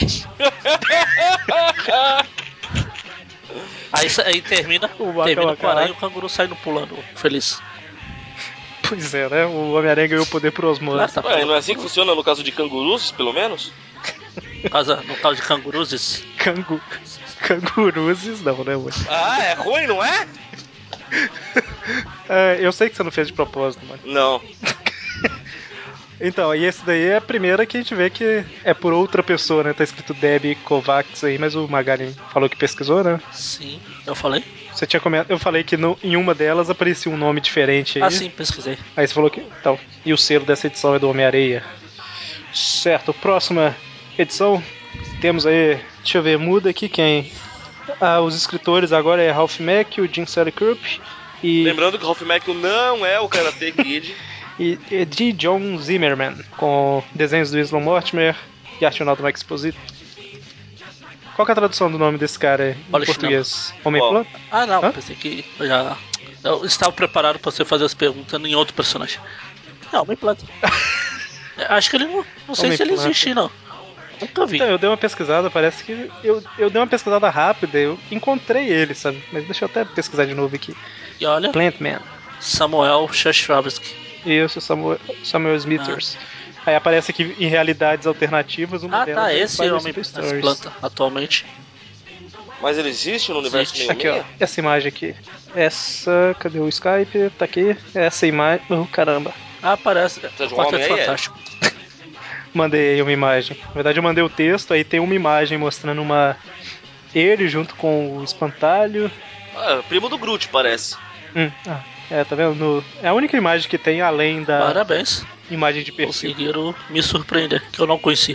Aí termina O Waka com o Waka aranha e Waka. o canguru saindo pulando, feliz. Pois é, né? O Homem-Aranha ganhou poder por osmose. Tá Ué, não é assim que pulando. funciona no caso de cangurus, pelo menos? No caso de cangurus, Canguruzes não, né, mano? Ah, é ruim, não é? Eu sei que você não fez de propósito, mano. Não. Então, e esse daí é a primeira que a gente vê que é por outra pessoa, né? Tá escrito Debbie Kovacs aí, mas o Magaren falou que pesquisou, né? sim, eu falei. Você tinha comentado, eu falei que em uma delas aparecia um nome diferente aí. Ah, sim, pesquisei. Aí você falou que. Então, e o selo dessa edição é do Homem-Areia. Certo, próxima edição. Temos aí. Deixa eu ver, muda aqui quem? Os escritores agora é Ralph Mack, o Jim Salicrup E, Lembrando que o Ralph Macchio não é o Karate Kid. e de John Zimmerman, com desenhos do Winslow Mortimer e arte final do Mike Exposito. Qual que é a tradução do nome desse cara em Olha o português? Qual? Homem-Planta? Ah, não, Hã? pensei que eu estava preparado pra você fazer as perguntas em outro personagem. Não, me planta. Acho que ele não sei se ele Homem-Planta. existe, não. Nunca vi. Então, eu dei uma pesquisada, parece que. Eu dei uma pesquisada rápida, eu encontrei ele, sabe? Mas deixa eu até pesquisar de novo aqui. E olha, Plantman. Samuel Shashavsky. Isso, Samuel Smithers. Aí aparece aqui em realidades alternativas, uma Ah, delas tá, é o esse Spider homem, Super essa Stories. planta, atualmente. Mas ele existe no universo Existe. Aqui, ó. 66? Essa imagem aqui. Essa. Cadê o Skype? Tá aqui. Essa imagem. Oh, caramba. Ah, aparece. Precisa de O um homem Quarteto aí, Fantástico. Mandei aí uma imagem. Na verdade, eu mandei o texto, aí tem uma imagem mostrando uma. Ele junto com o espantalho. Primo do Groot, parece. Tá vendo? É a única imagem que tem além da Parabéns. imagem de perfil. Conseguiram me surpreender, que eu não conhecia.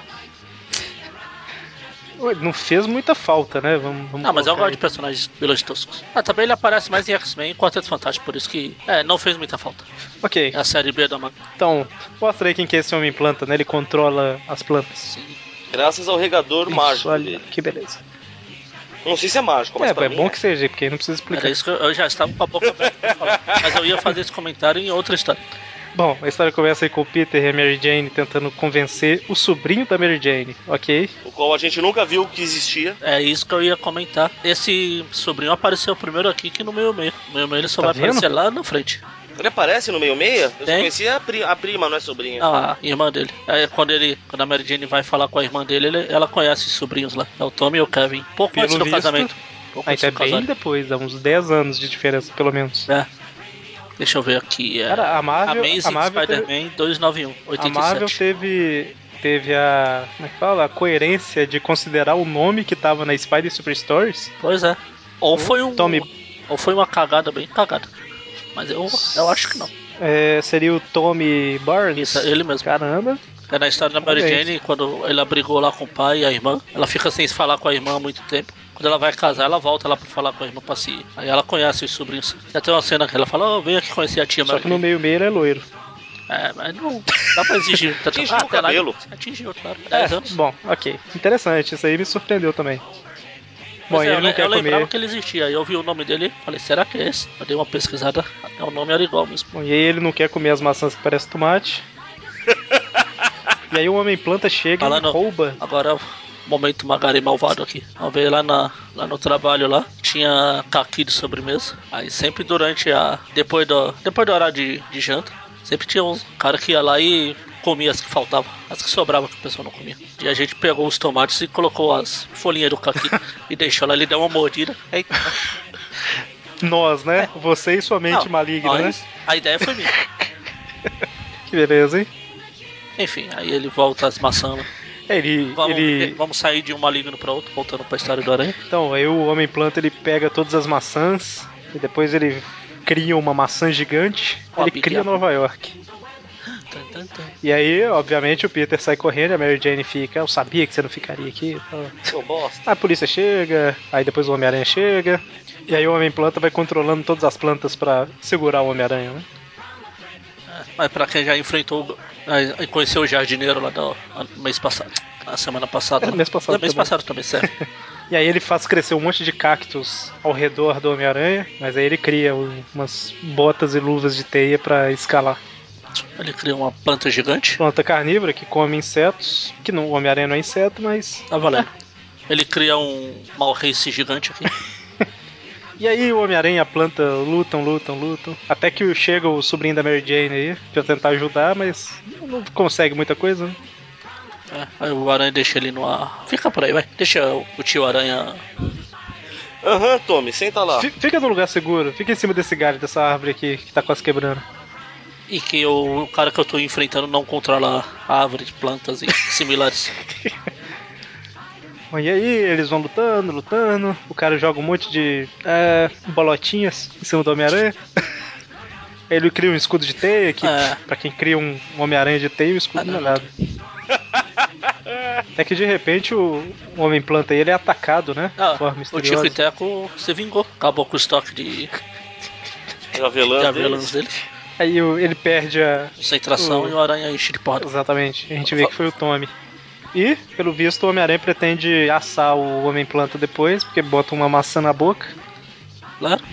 Não fez muita falta, né? Vamos Não, mas eu colocar gosto de personagens vilões toscos. Ah, também ele aparece mais em X-Men e Quarteto Fantástico, por isso que. Não fez muita falta. Ok, É a série B da manga. então, mostra aí quem que é esse homem planta, né? Ele controla as plantas. Sim. Graças ao regador Isso, mágico olha, dele. que beleza. Não sei se é mágico, mas pra É mim bom que seja, porque aí não precisa explicar. Era isso que eu já estava com a boca aberta pra falar. Mas eu ia fazer esse comentário em outra história. Bom, a história começa aí com o Peter e a Mary Jane tentando convencer o sobrinho da Mary Jane, ok? o qual a gente nunca viu que existia. É isso que eu ia comentar. Esse sobrinho apareceu primeiro aqui que no meio-meio. No meio-meio ele só Tá vai vendo? aparecer lá na frente. Ele aparece no meio-meia? Eu só Tem? conhecia a prima, não é sobrinha. Não, a irmã dele. Aí quando a Mary Jane vai falar com a irmã dele, ela conhece os sobrinhos lá. É o Tommy e o Kevin. Pouco antes Pelo do visto. casamento. Pouco Aí antes tá do bem casamento. depois, há uns 10 anos de diferença, pelo menos. É. Deixa eu ver aqui. Cara, Amazing Spider-Man 291, A Marvel 87. teve a. Como é que fala? A coerência de considerar o nome que tava na Spider Super Stories. Pois é. Ou foi Tommy. ou foi uma cagada bem cagada. Mas eu acho que não. Seria o Tommy Barnes. Isso, é ele mesmo. Caramba. É na história da Mary Parabéns. Jane, quando ela brigou lá com o pai e a irmã, ela fica sem se falar com a irmã há muito tempo. Quando ela vai casar, ela volta lá pra falar com a irmã pra si. Aí ela conhece os sobrinhos. Já tem uma cena que ela fala, vem aqui conhecer a tia Só Mary que no Jane. meio-meio ele é loiro. Mas não dá pra exigir. Atingiu o até lá cabelo. atingiu, claro. 10 anos. Bom, ok. Interessante. Isso aí me surpreendeu também. Bom, Pois e ele não eu quer lembrava comer. que ele existia. Aí eu vi o nome dele falei, será que é esse? Eu dei uma pesquisada, até o nome era igual mesmo. Bom, e aí ele não quer comer as maçãs que parecem tomate. E aí o Homem-Planta chega e rouba. Agora, momento Magari malvado aqui. Vamos ver lá no trabalho lá. Tinha caqui de sobremesa. Aí sempre durante depois do horário de janta, sempre tinha um cara que ia lá e comia as que faltavam. As que sobravam que o pessoal não comia. E a gente pegou os tomates e colocou as folhinhas do caqui e deixou lá. Ele deu uma mordida. Eita. Nós, né? Você e sua mente Não, maligna, né? a ideia foi minha. Que beleza, hein? Enfim, aí ele volta as maçãs lá. Vamos sair de um maligno para outro, voltando pra história do Aranha. Então, aí o Homem-Planta ele pega todas as maçãs e depois ele cria uma maçã gigante. Uma Ele Big cria Apple. Nova York. E aí, obviamente, o Peter sai correndo, a Mary Jane fica, eu sabia que você não ficaria aqui. Então... Seu bosta. A polícia chega, aí depois o Homem-Aranha chega, e aí o Homem-Planta vai controlando todas as plantas pra segurar o Homem-Aranha, né? Mas pra quem já enfrentou, conheceu o jardineiro lá no mês passado, na semana passada. Mês passado mês também. passado também, certo. E aí ele faz crescer um monte de cactos ao redor do Homem-Aranha, mas aí ele cria umas botas e luvas de teia pra escalar. Ele cria uma planta gigante. Planta carnívora que come insetos, que não, o Homem-Aranha não é inseto, mas... Tá valendo. Ele cria um Malrace gigante aqui. E aí o Homem-Aranha e a planta lutam, até que chega o sobrinho da Mary Jane aí, pra tentar ajudar, mas não consegue muita coisa, né? Aí o Aranha deixa ele no ar. Fica por aí, vai. Deixa o tio Aranha. Aham, Tommy, senta lá. Fica no lugar seguro, fica em cima desse galho, dessa árvore aqui, que tá quase quebrando. E que o cara que eu tô enfrentando não controla árvores, plantas e similares. Bom, e aí eles vão lutando, o cara joga um monte de bolotinhas em cima do Homem-Aranha. Ele cria um escudo de teia, que pra quem cria um Homem-Aranha de teia, o escudo não é nada. Até que de repente o Homem-Planta ele é atacado, né? De forma O Tico misteriosa. e Teco se vingou. Acabou com o estoque de De avelãs de avelãs deles. deles. Aí ele perde a. Concentração e o aranha enche de porrada. Exatamente. A gente vê que foi o Tommy. E, pelo visto, o Homem-Aranha pretende assar o Homem-Planta depois, porque bota uma maçã na boca. Claro.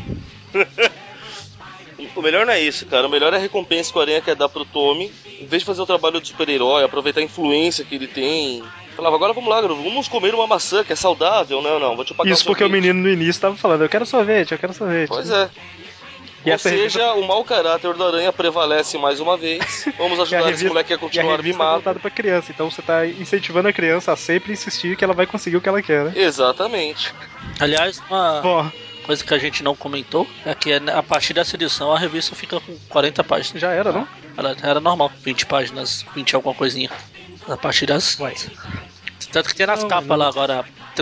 O melhor não é isso, cara. O melhor é a recompensa que o Aranha quer dar pro Tommy. Em vez de fazer o trabalho de super-herói, aproveitar a influência que ele tem. Falava, agora vamos lá, garoto, vamos comer uma maçã que é saudável. Não, vou te pagar Isso um porque o sorvete. menino no início tava falando, eu quero sorvete, eu quero sorvete. Pois é. E Ou essa seja, o mau caráter do Aranha prevalece mais uma vez. Vamos ajudar esse moleque a e a continuar revista é mimado. voltada pra criança, então você tá incentivando a criança a sempre insistir que ela vai conseguir o que ela quer, né? Exatamente. Aliás, uma Bom, coisa que a gente não comentou é que a partir dessa edição a revista fica com 40 páginas. já era, não? Ela era normal, 20 páginas, 20 alguma coisinha. A partir das. Vai. Tanto que tem nas Não, capas não. lá agora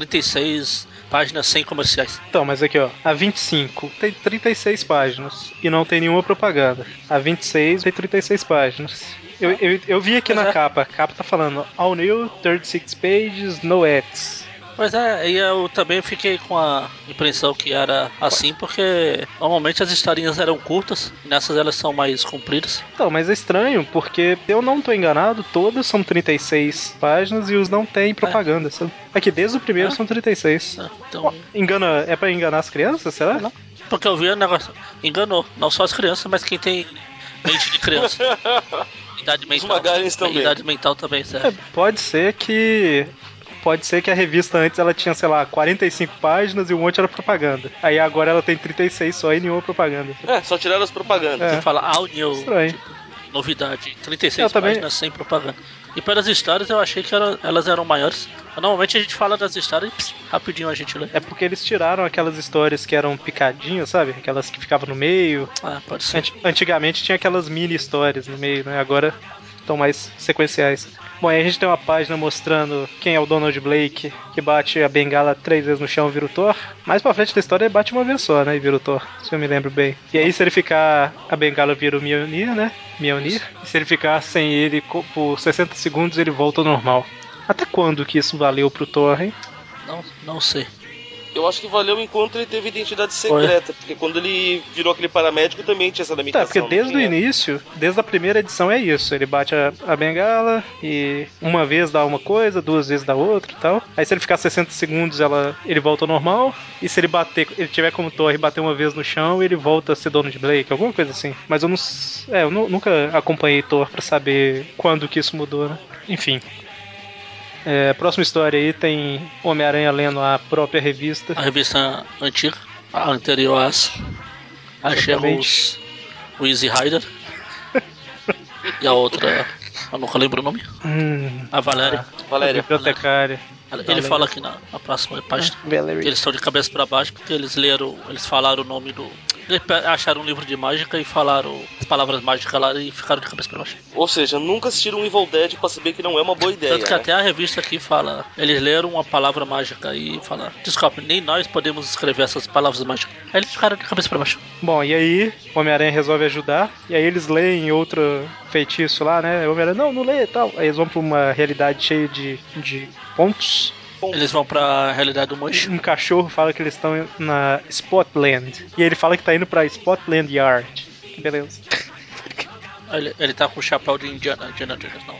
36 páginas sem comerciais. Então, mas aqui ó, a 25 tem 36 páginas e não tem nenhuma propaganda. A 26 tem 36 páginas. Eu vi aqui Pois na é. capa, a capa tá falando All New, 36 pages, no ads. Pois é, e eu também fiquei com a impressão que era assim, porque normalmente as historinhas eram curtas, e nessas elas são mais compridas. Então, mas é estranho, porque se eu não tô enganado, todas são 36 páginas e os não tem propaganda. Sabe? Aqui, desde o primeiro É? são 36. Então, Engana, é pra enganar as crianças, será? não. Porque eu vi o negócio. Enganou. Não só as crianças, mas quem tem mente de criança. Idade Os mental. Magalhães também. Idade mental também serve. Pode ser que. Pode ser que a revista antes ela tinha, sei lá, 45 páginas e um monte era propaganda. Aí agora ela tem 36 só e nenhuma propaganda. Só tiraram as propagandas. É. Você fala all new, Estranho. tipo, novidade. 36 Eu também- páginas sem propaganda. E pelas histórias eu achei que elas eram maiores. Normalmente a gente fala das histórias e rapidinho a gente lê. É porque eles tiraram aquelas histórias que eram picadinhas, sabe? Aquelas que ficavam no meio. Ah, pode ser. Antigamente tinha aquelas mini histórias no meio, né? Agora estão mais sequenciais. Bom, aí a gente tem uma página mostrando quem é o Donald Blake, que bate a bengala 3 vezes no chão e vira o Thor. Mais pra frente da história ele bate uma vez só, né? E vira o Thor, se eu me lembro bem. E aí se ele ficar, a bengala vira o Mjolnir, né? Mjolnir. E se ele ficar sem ele por 60 segundos, ele volta ao normal. Até quando que isso valeu pro Thor, hein? Não sei. Eu acho que valeu enquanto ele teve identidade secreta, porque quando ele virou aquele paramédico também tinha essa limitação. Tá, porque não desde o tinha? início, desde a primeira edição é isso. Ele bate a bengala e uma vez dá uma coisa, duas vezes dá outra e tal. Aí se ele ficar 60 segundos, ele volta ao normal. E se ele tiver como Thor e bater uma vez no chão, ele volta a ser dono de Blake, alguma coisa assim. Mas eu não. Nunca acompanhei Thor pra saber quando que isso mudou, né? Enfim. Próxima história aí tem Homem-Aranha lendo a própria revista. A revista antiga, a anterior a essa. Aí chega Exatamente. o Easy Rider. E a outra, eu nunca lembro o nome. A Valéria. Valéria. A bibliotecária. Ele fala aqui na próxima página Valerie. que eles estão de cabeça pra baixo porque eles falaram o nome do. Eles acharam um livro de mágica e falaram as palavras mágicas lá e ficaram de cabeça pra baixo. Ou seja, nunca assistiram um Evil Dead pra saber que não é uma boa ideia. Tanto que né? até a revista aqui fala, eles leram uma palavra mágica e falaram, desculpe, nem nós podemos escrever essas palavras mágicas. Aí eles ficaram de cabeça pra baixo. Bom, e aí o Homem-Aranha resolve ajudar, e aí eles leem outro feitiço lá, né? O Homem-Aranha, não lê e tal. Aí eles vão pra uma realidade cheia de pontos. Eles vão pra realidade do mancho. Um cachorro fala que eles estão na Spotland. E ele fala que tá indo pra Spotland Yard. Que beleza. Ele tá com o chapéu de Indiana Jones, não.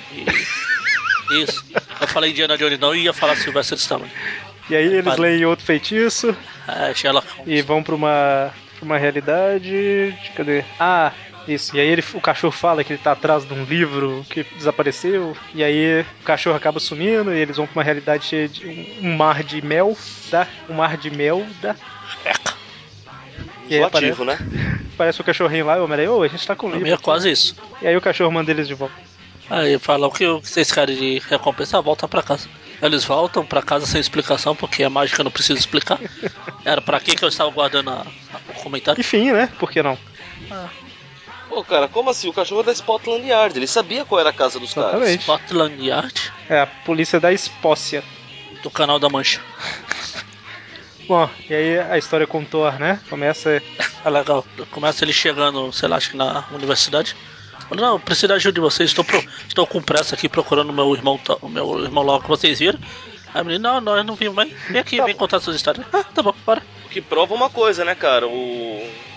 Isso. Eu falei Indiana Jones não e ia falar Sylvester Stallone. E aí eles Vale. leem outro feitiço Sherlock Holmes. e vão pra uma realidade. Cadê? Ah, isso. E aí o cachorro fala que ele tá atrás de um livro que desapareceu. E aí o cachorro acaba sumindo e eles vão pra uma realidade cheia de um mar de mel, tá? Um mar de mel, tá? E aí Zoativo, né? Parece o cachorrinho lá, o Homem-Aranha, a gente tá com um Pra livro. mim é quase isso. E aí o cachorro manda eles de volta. Aí fala o que vocês querem de recompensa, volta pra casa. Eles voltam pra casa sem explicação, porque a mágica não precisa explicar. Era pra que eu estava guardando o comentário? Enfim, né? Por que não? Pô, cara, como assim? O cachorro é da Spotland Yard. Ele sabia qual era a casa dos caras. Exatamente. Scotland Yard, É a polícia da Escócia. do Canal da Mancha. Bom, e aí a história com o Thor, né? Começa. É legal. Começa ele chegando, sei lá, acho que na universidade. Fala, não, eu preciso da ajuda de vocês. Estou com pressa aqui procurando o meu irmão logo que vocês viram. Aí a menina, não, nós não vimos, mas vem aqui, vem contar suas histórias. Ah, tá bom, bora. O que prova uma coisa, né, cara? O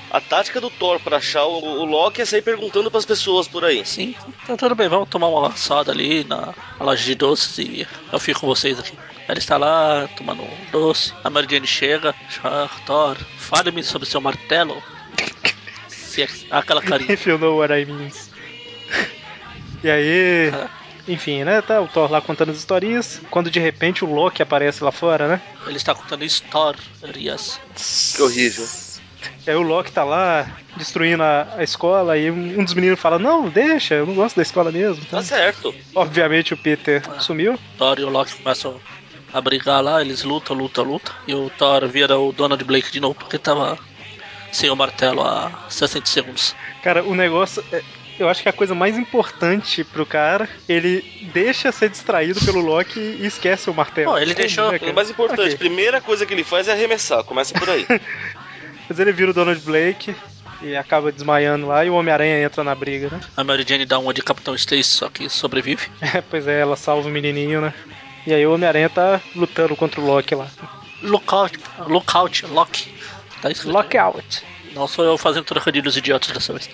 A tática do Thor pra achar o Loki é sair perguntando pras pessoas por aí. Sim, tá tudo bem, vamos tomar uma assada ali na loja de doces e eu fico com vocês aqui. Aí ele está lá tomando um doce, a Mary Jane chega, Thor, fale-me sobre seu martelo. Aquela carinha. If you know what I mean. E aí, enfim, né? Tá o Thor lá contando as historinhas. Quando de repente o Loki aparece lá fora, né? Ele está contando histórias. Que horrível. Aí o Loki tá lá destruindo a escola e um dos meninos fala: Não, deixa, eu não gosto da escola mesmo. Tá? Tá certo. Obviamente o Peter sumiu. Thor e o Loki começam a brigar lá, eles lutam. E o Thor vira o Donald Blake de novo porque tava sem o martelo há 60 segundos. Cara, o negócio. Eu acho que a coisa mais importante pro cara, ele deixa ser distraído pelo Loki e esquece o martelo. Pô, ele deixou- né, cara? O mais importante, Ok. primeira coisa que ele faz é arremessar. Começa por aí. Mas ele vira o Donald Blake e acaba desmaiando lá e o Homem-Aranha entra na briga, né? A Mary Jane dá uma de Capitão Stacy, só que sobrevive. Pois é, ela salva o menininho, né? E aí o Homem-Aranha tá lutando contra o Loki lá. Lookout, Loki. Tá escrito. Lockout. Não sou eu fazendo trocadilhos idiotas dessa vez.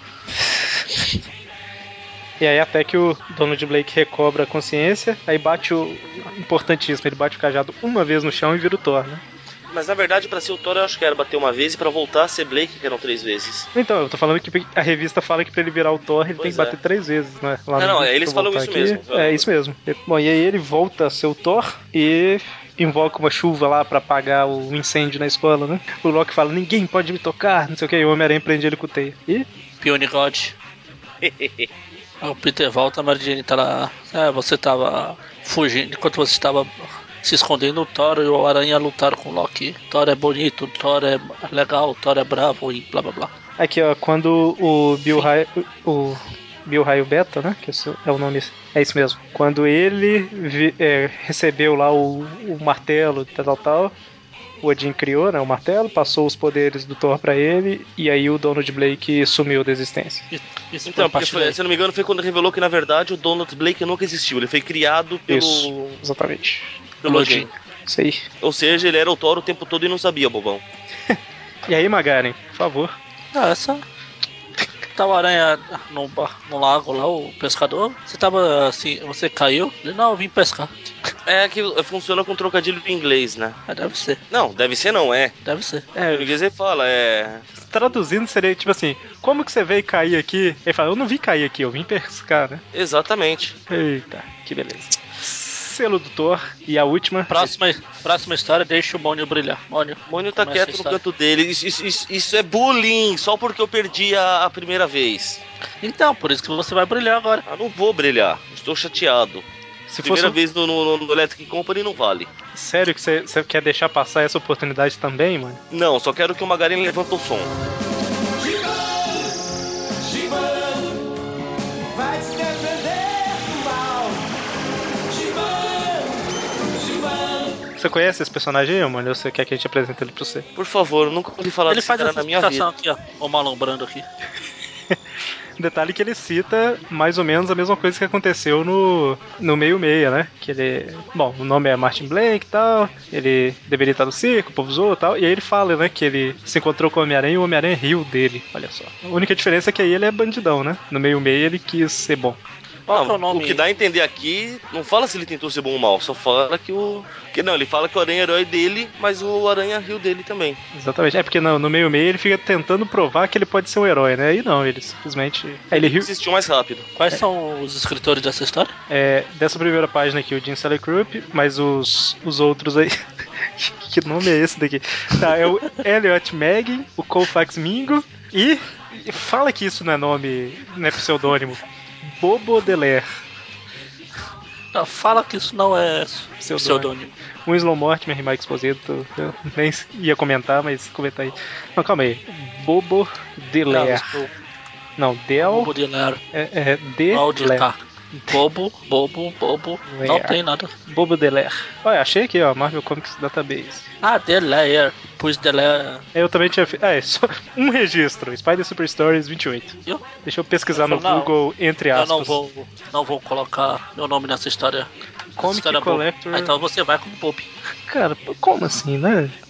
E aí até que o Donald Blake recobra a consciência, aí bate o... Importantíssimo, ele bate o cajado uma vez no chão e vira o Thor, né? Mas na verdade, pra ser o Thor, eu acho que era bater uma vez e pra voltar a ser Blake, que eram 3 vezes. Então, eu tô falando que a revista fala que pra ele virar o Thor, ele tem Pois que bater é. 3 vezes, né? Lá Não, livro, eles deixa eu falam voltar isso aqui. mesmo. É isso mesmo. Bom, e aí ele volta a ser o Thor e invoca uma chuva lá pra apagar o incêndio na escola, né? O Loki fala, ninguém pode me tocar, não sei o que, e o Homem-Aranha prende ele com o teia. E Peony God. Aí o Peter volta, a Mary Jane tá lá. Você tava fugindo. Enquanto você estava se escondendo, o Thor e o Aranha lutaram com o Loki. Thor é bonito, Thor é legal, Thor é bravo e blá blá blá. aqui, ó, quando o Bill Raio, o Bill Raio Beta, né? Que esse é o nome, é isso mesmo. Quando ele recebeu lá o martelo, tal, o Odin criou, né, o martelo, passou os poderes do Thor pra ele, e aí o Donald Blake sumiu da existência. Isso Então, foi porque foi, se eu não me engano, foi quando revelou que na verdade o Donald Blake nunca existiu. Ele foi criado Isso, pelo exatamente. pelo Odin. Isso aí. Ou seja, ele era o Thor o tempo todo e não sabia, bobão. E aí, Magaren, por favor. Essa. Tá o aranha no lago lá, o pescador. Você tava assim, você caiu? Ele, não, eu vim pescar. É que funciona com trocadilho em inglês, né? Deve ser, Não, deve ser não, é. deve ser. Em inglês ele fala, Traduzindo seria tipo assim: como que você veio cair aqui? Ele fala: eu não vim cair aqui, eu vim pescar, né? Exatamente. Eita, que beleza. Selo do Thor. E a última. Próxima história, deixa o Mônio brilhar. Mônio, O Mônio tá começa a quieto no história. canto dele. Isso é bullying, só porque eu perdi a primeira vez. Então, por isso que você vai brilhar agora. Ah, não vou brilhar. Estou chateado. Se Primeira fosse vez no Electric Company não vale. sério que você quer deixar passar essa oportunidade também, mano? Não, só quero que o Magarin levanta o som. Gibão vai se defender do mal. Gibão. Você conhece esse personagem aí, mano? Ou você quer que a gente apresente ele pra você? Por favor, eu nunca ouvi falar Ele desse faz cara essa na minha explicação vida. aqui, ó. O malombrando aqui. Detalhe que ele cita mais ou menos a mesma coisa que aconteceu no meio-meia, né? Que ele. Bom, o nome é Martin Blake e tal. Ele deveria estar no circo, o povo zoou e tal. E aí ele fala, né? Que ele se encontrou com o Homem-Aranha e o Homem-Aranha riu dele. Olha só. A única diferença é que aí ele é bandidão, né? No meio-meia ele quis ser bom. Qual que é Não, o nome? o que dá a entender aqui, não fala se ele tentou ser bom ou mal, só fala que o. Que não, ele fala que o Aranha é herói dele, mas o Aranha riu dele também. Exatamente. É porque no meio-meia ele fica tentando provar que ele pode ser um herói, né? E não, ele simplesmente. Aí ele riu. Desistiu mais rápido. Quais são os escritores dessa história? Dessa primeira página aqui, o Jim Salicrup, mas os outros aí. Que nome é esse daqui? Tá, é o Elliot Megan, o Colfax Mingo e. Fala que isso não é nome, não é pseudônimo. Bobo Delaire. Não, fala que isso não é pseudônimo. Um Slow Mortimer e Mike Exposito. Eu nem ia comentar, mas comenta aí. Não, calma aí. Bobo Delaire. Não, Del. Bobo de ler. É Não de Delaire. cá. Bobo. Não tem nada. Bobo Delaire. Olha, achei aqui, ó, Marvel Comics Database. Ah, Delaire. Pus Delaire. Eu também tinha. É só um registro: Spider Super Stories 28. Eu? Deixa eu pesquisar no Não, Google, entre eu aspas. não vou colocar meu nome nessa história. Comic História boba. Collector. Ah, então você vai como Bob. Cara, como assim, né?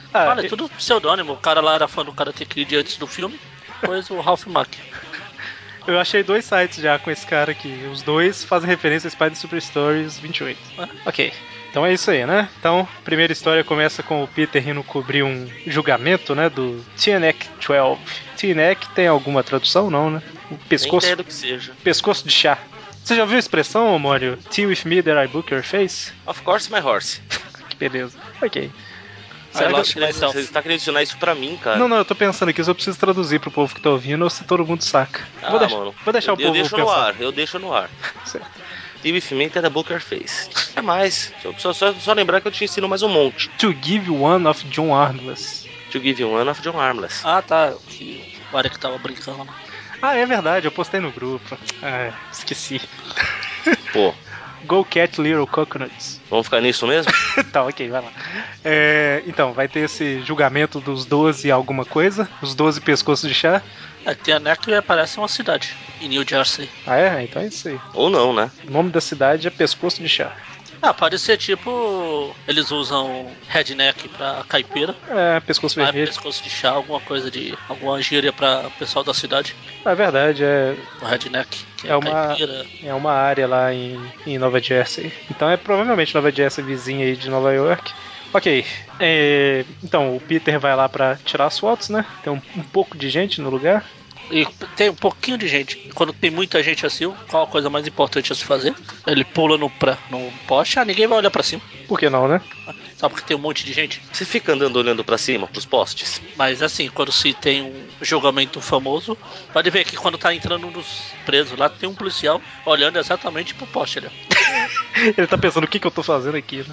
Olha, tudo pseudônimo. O cara lá era fã do Karate Kid antes do filme, depois o Ralph Macchio. Eu achei 2 sites já com esse cara aqui. Os dois fazem referência a Spider Super Stories 28. Ok. Então é isso aí, né? Então, a primeira história começa com o Peter indo cobrir um julgamento, né? Do TNEC 12. TNEC tem alguma tradução? Não, né? O Nem pescoço, ideia do que seja. pescoço de chá. Você já viu a expressão, Mônio? Tea with me that I book your face? Of course, my horse. Que beleza. Ok. Será Você tá querendo ensinar isso pra mim, cara? Não, eu tô pensando aqui, se eu preciso traduzir pro povo que tá ouvindo ou se todo mundo saca. Mano. Vou deixar o povo deixo pensar. no ar, eu deixo no ar. Certo. Tive Pimenta da Booker Face. É mais. Só lembrar que eu te ensino mais um monte. To give one of John Armless. To give you one of John Armless. Ah, tá. Que o Ari que tava brincando. Ah, é verdade, eu postei no grupo. Ah, esqueci. Pô, Go catch little coconuts. vamos ficar nisso mesmo? Tá, ok, vai lá. Então, vai ter esse julgamento dos 12 alguma coisa, os 12 pescoços de chá. Tem a NEC que parece uma cidade, em New Jersey. Ah, é? Então é isso aí. Ou não, né? O nome da cidade é Pescoço de Chá. Pode ser tipo. Eles usam redneck pra caipira. Pescoço Lá é vermelho. pescoço de chá, alguma coisa de. Alguma gíria pra pessoal da cidade. É verdade, O redneck, que é, É uma- caipira. é uma área lá em Nova Jersey. Então é provavelmente Nova Jersey vizinha aí de Nova York. Ok, então o Peter vai lá pra tirar as fotos, né? Tem um pouco de gente no lugar. E tem um pouquinho de gente. Quando tem muita gente assim, qual a coisa mais importante a se fazer? Ele pula no poste, ninguém vai olhar pra cima. Por que não, né? Só porque tem um monte de gente. Você fica andando olhando pra cima, pros postes. Mas assim, quando se tem um julgamento famoso, pode ver que quando tá entrando um dos presos lá, tem um policial olhando exatamente pro poste ali. Ele tá pensando o que eu tô fazendo aqui, né?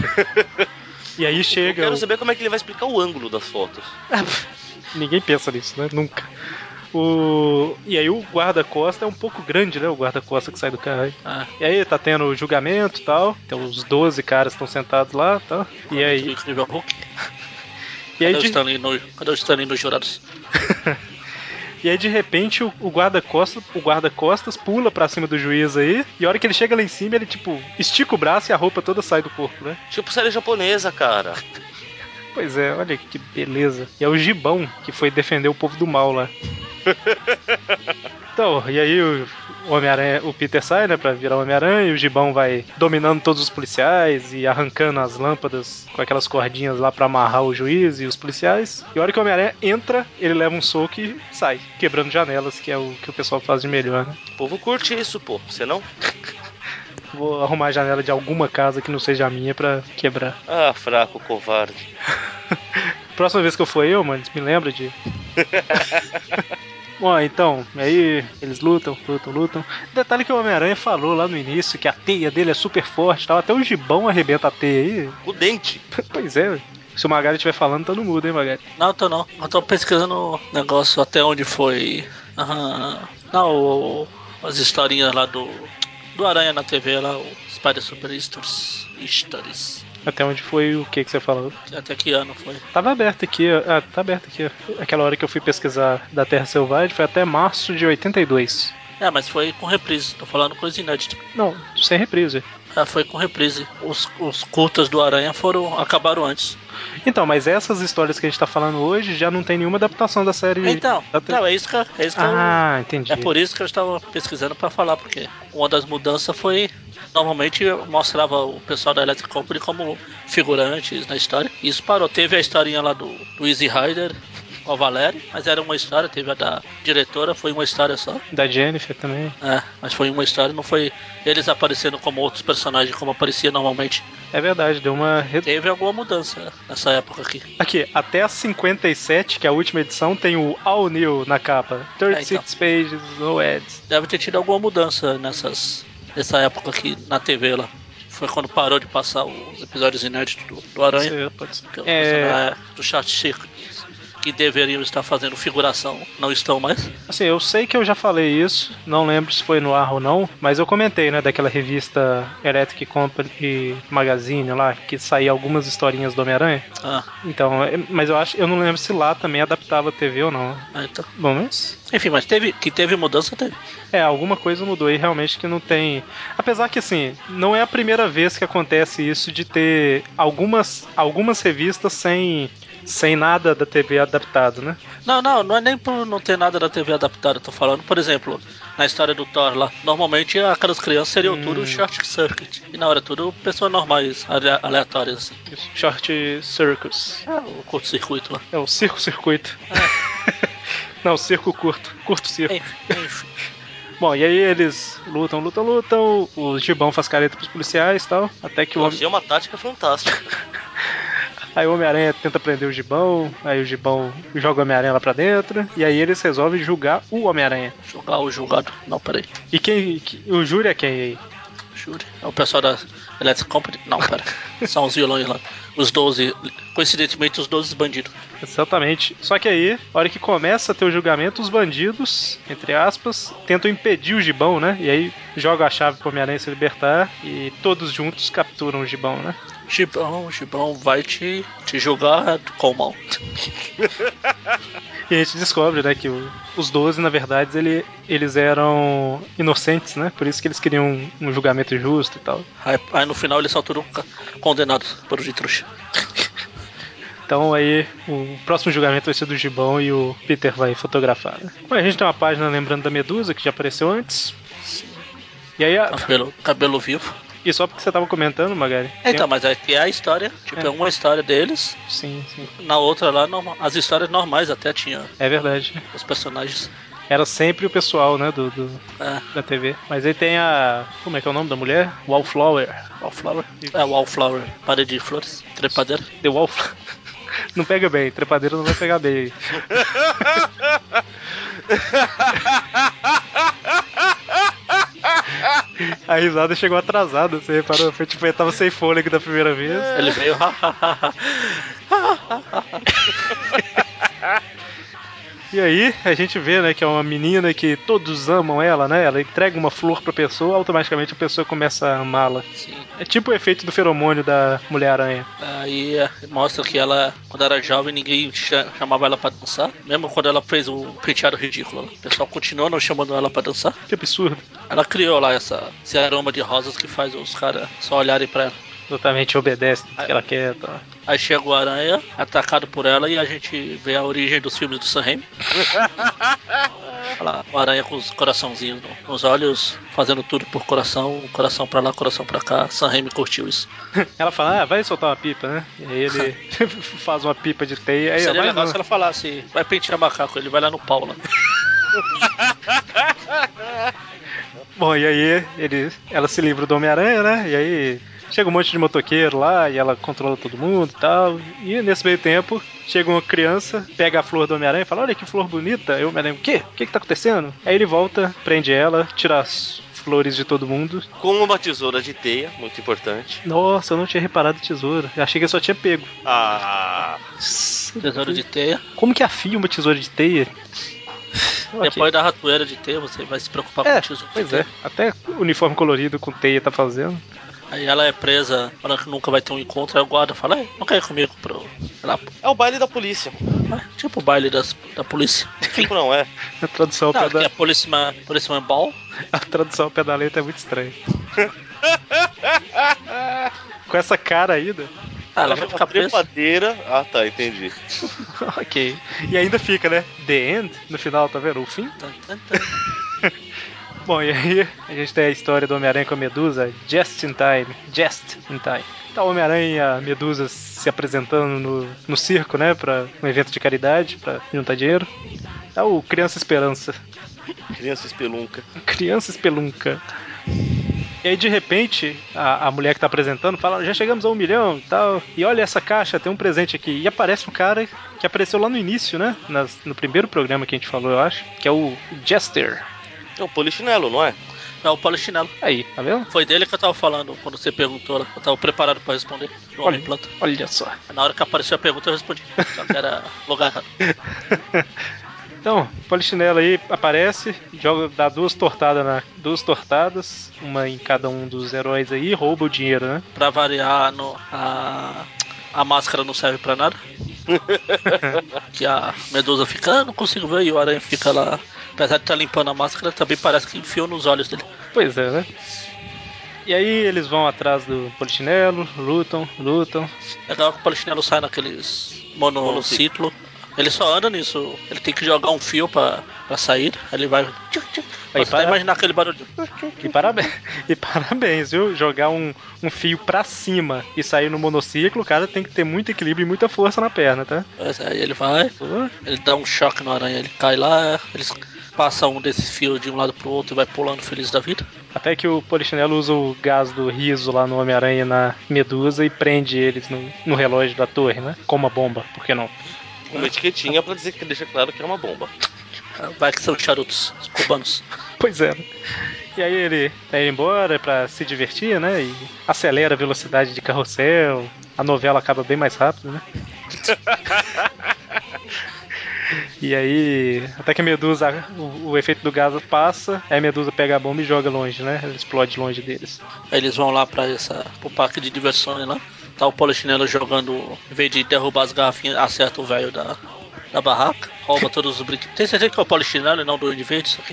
E aí Eu chega. quero saber como é que ele vai explicar o ângulo das fotos. Ninguém pensa nisso, né? Nunca. E aí o guarda-costa é um pouco grande, né? O guarda-costa que sai do carro. E aí tá tendo o julgamento e tal. Então os 12 caras estão sentados lá, tá? E aí. O Incrível Hulk. E aí Cadê o Stanley nos jurados? E aí, de repente, o guarda-costas pula pra cima do juiz aí, e a hora que ele chega lá em cima, ele, tipo, estica o braço e a roupa toda sai do corpo, né? Tipo série japonesa, cara. Pois é, olha que beleza. E é o Gibão que foi defender o povo do mal lá. Então, e aí o Homem-Aranha, o Peter sai, né, pra virar o Homem-Aranha, e o Gibão vai dominando todos os policiais e arrancando as lâmpadas com aquelas cordinhas lá pra amarrar o juiz e os policiais. E a hora que o Homem-Aranha entra, ele leva um soco e sai, quebrando janelas, que é o que o pessoal faz de melhor, né? O povo curte isso, pô. Você não? Vou arrumar a janela de alguma casa que não seja a minha pra quebrar. Ah, fraco, covarde. Próxima vez que eu for eu, mano, me lembra de... Bom, então, aí eles lutam. Detalhe que o Homem-Aranha falou lá no início que a teia dele é super forte e tal. Até o Gibão arrebenta a teia aí. Com o dente. Pois é. Se o Magari estiver falando, tá no mudo, hein, Magari? Não, tô não. Eu tô pesquisando o negócio até onde foi. As historinhas lá do Aranha na TV lá, o Spider Super Stories. Até onde foi o que você falou? Até que ano foi? Tava aberto aqui, ó. Tá aberto aqui, ó. Aquela hora que eu fui pesquisar da Terra Selvagem foi até março de 82. Mas foi com reprise, tô falando coisa inédita. Não, sem reprise. Foi com reprise. Os curtas do Aranha acabaram antes. Então, mas essas histórias que a gente tá falando hoje já não tem nenhuma adaptação da série. Então, é isso que entendi. É por isso que eu estava pesquisando pra falar, porque uma das mudanças foi. Normalmente mostrava o pessoal da Electric Company como figurantes na história. Isso parou. Teve a historinha lá do Easy Rider com a Valéria, mas era uma história. Teve a da diretora, foi uma história só. Da Jennifer também. Mas foi uma história, não foi eles aparecendo como outros personagens, como aparecia normalmente. É verdade, deu uma... Teve alguma mudança nessa época aqui. Aqui, até a 57, que é a última edição, tem o All New na capa. 36 pages, no ads. Deve ter tido alguma mudança nessa época aqui na TV lá. Foi quando parou de passar os episódios inéditos do Aranha. Pode ser. Do Chat Circuit. que deveriam estar fazendo figuração não estão mais. Assim, eu sei que eu já falei isso, não lembro se foi no ar ou não, mas eu comentei, né, daquela revista Electric Company Magazine lá, que saía algumas historinhas do Homem-Aranha. Ah, Então, mas eu não lembro se lá também adaptava a TV ou não. então. Bom, mas Enfim, mas teve mudança, teve. alguma coisa mudou aí realmente que não tem. Apesar que assim, não é a primeira vez que acontece isso de ter algumas revistas sem nada da TV adaptado, né? Não é nem por não ter nada da TV adaptada, eu tô falando, por exemplo, na história do Thor lá, normalmente aquelas crianças seriam tudo short circuit, e na hora tudo pessoas normais, aleatórias assim. Isso, Short Circus. O curto-circuito lá. É o circo-circuito. Não, circo curto. Curto circo. Enfim. Bom, e aí eles lutam. O Gibão faz careta pros policiais e tal. Até que o Eu homem. achei uma tática fantástica. Aí o Homem-Aranha tenta prender o Gibão. Aí o Gibão joga o Homem-Aranha lá pra dentro. E aí eles resolvem julgar o Homem-Aranha. Jogar o julgado. Não, peraí. E o júri é quem aí? Júri. É o pessoal da Electric Company? Não, pera. São os vilões lá. Os 12. Coincidentemente, os 12 bandidos. Exatamente. Só que aí, a hora que começa a ter o julgamento, os bandidos, entre aspas, tentam impedir o Gibão, né? E aí jogam a chave pro Homem-Aranha se libertar e todos juntos capturam o Gibão, né? Gibão vai te julgar com mal. E a gente descobre, né, que os 12, na verdade, eles eram inocentes, né? Por isso que eles queriam um julgamento justo e tal. Aí no final eles são todos condenados por de trouxa. Então aí o próximo julgamento vai ser do Gibão e o Peter vai fotografar, né? Bom, a gente tem uma página lembrando da Medusa, que já apareceu antes. E aí Cabelo vivo. E só porque você tava comentando, Magari. Então, mas aqui é a história. Tipo, é uma história deles. Sim. Na outra lá, as histórias normais até tinha É verdade. os personagens. Era sempre o pessoal, né, É. da TV. Mas aí tem a... Como é que é o nome da mulher? Wallflower. Wallflower? É, Wallflower. Parede de flores. Trepadeira. The Wallflower. Não pega bem. Trepadeira não vai pegar bem aí. A risada chegou atrasada, você reparou? Foi tipo, ele tava sem fôlego da primeira vez. Ele veio. E aí, a gente vê, né, que é uma menina que todos amam ela, né? Ela entrega uma flor pra pessoa, automaticamente a pessoa começa a amá-la. Sim. É tipo o efeito do feromônio da Mulher-Aranha. Aí mostra que ela, quando era jovem, ninguém chamava ela pra dançar. Mesmo quando ela fez um penteado ridículo. O pessoal continuou não chamando ela pra dançar. Que absurdo. Ela criou lá esse aroma de rosas que faz os caras só olharem pra ela. Totalmente obedece o que ela quer. Tá. Aí chega o Aranha, atacado por ela, e a gente vê a origem dos filmes do Sam Raimi. Olha lá, o Aranha com os coraçãozinhos nos olhos, fazendo tudo por coração pra lá, coração pra cá. Sam Raimi curtiu isso. Ela fala, vai soltar uma pipa, né? E aí ele faz uma pipa de teia. Aí Seria legal não. se ela falasse, vai pentear macaco, ele vai lá no pau lá. Bom, e aí ela se livra do Homem-Aranha, né? E aí chega um monte de motoqueiro lá e ela controla todo mundo e tal. E nesse meio tempo, chega uma criança, pega a flor do Homem-Aranha e fala, olha que flor bonita. Aí o Homem-Aranha, o quê? O que tá acontecendo? Aí ele volta, prende ela, tira as flores de todo mundo. Com uma tesoura de teia, muito importante. Nossa, eu não tinha reparado tesoura. Eu achei que eu só tinha pego. Tesouro de teia. Como que afia uma tesoura de teia? Depois da ratoeira de teia, você vai se preocupar com o tesouro. Pois é, até uniforme colorido com teia tá fazendo. Aí ela é presa, falando que nunca vai ter um encontro, aí o guarda fala, não quer ir comigo lá. É o baile da polícia. Tipo o baile da polícia. Tipo, não é. A tradução ao pé da... é Policeman Ball. A tradução ao pé da letra é muito estranha. Com essa cara ainda. Ela vai ficar presa. Trepadeira. Ah, tá, entendi. Ok. E ainda fica, né? The End, no final, tá vendo? O fim. Bom, e aí a gente tem a história do Homem-Aranha com a Medusa, Just in Time. Tá o Homem-Aranha e a Medusa se apresentando no circo, né? Pra um evento de caridade, pra juntar dinheiro. Tá o Criança Esperança. Criança espelunca. Criança Espelunca. E aí, de repente, a mulher que tá apresentando fala, já chegamos a 1 milhão e tal. E olha essa caixa, tem um presente aqui. E aparece um cara que apareceu lá no início, né? No primeiro programa que a gente falou, eu acho. Que é o Jester. É o Polichinelo, não é? É o Polichinelo. Aí, tá vendo? Foi dele que eu tava falando quando você perguntou lá. Eu tava preparado pra responder. Do Homem Planta. Olha só. Na hora que apareceu a pergunta eu respondi. Só que era lugar errado. Então, Polichinelo aí aparece, joga, dá duas tortadas, uma em cada um dos heróis aí, e rouba o dinheiro, né? Pra variar, a máscara não serve pra nada. Que a Medusa fica, não consigo ver, e o Aranha fica lá. Apesar de estar limpando a máscara, também parece que enfiou nos olhos dele. Pois é, né? E aí eles vão atrás do Polichinelo, lutam. Legal que o Polichinelo sai naqueles monociclo. Ele só anda nisso. Ele tem que jogar um fio pra sair. Aí ele vai. Aí, Posso até imaginar aquele barulho. E parabéns, e parabéns, viu? Jogar um fio pra cima e sair no monociclo, o cara tem que ter muito equilíbrio e muita força na perna, tá? Mas aí ele vai, Pô. ele dá um choque no aranha, ele cai lá, eles passam um desses fios de um lado pro outro e vai pulando feliz da vida. Até que o Polichinelo usa o gás do riso lá no Homem-Aranha na Medusa e prende eles no relógio da torre, né? Com uma bomba, por que não? Uma etiquetinha pra dizer que deixa claro que é uma bomba. Vai que são charutos cubanos. Pois é. E aí ele tá indo embora pra se divertir, né? E acelera a velocidade de carrossel. A novela acaba bem mais rápido, né? E aí, até que a Medusa, o efeito do gás passa, aí a Medusa pega a bomba e joga longe, né? Ela explode longe deles. Aí eles vão lá pro parque de diversões lá. Tá o Polichinelo jogando, em vez de derrubar as garrafinhas, acerta o velho da barraca, rouba todos os brinquedos. Tem certeza que é o Polichinelo e não o Duende Verde isso aqui?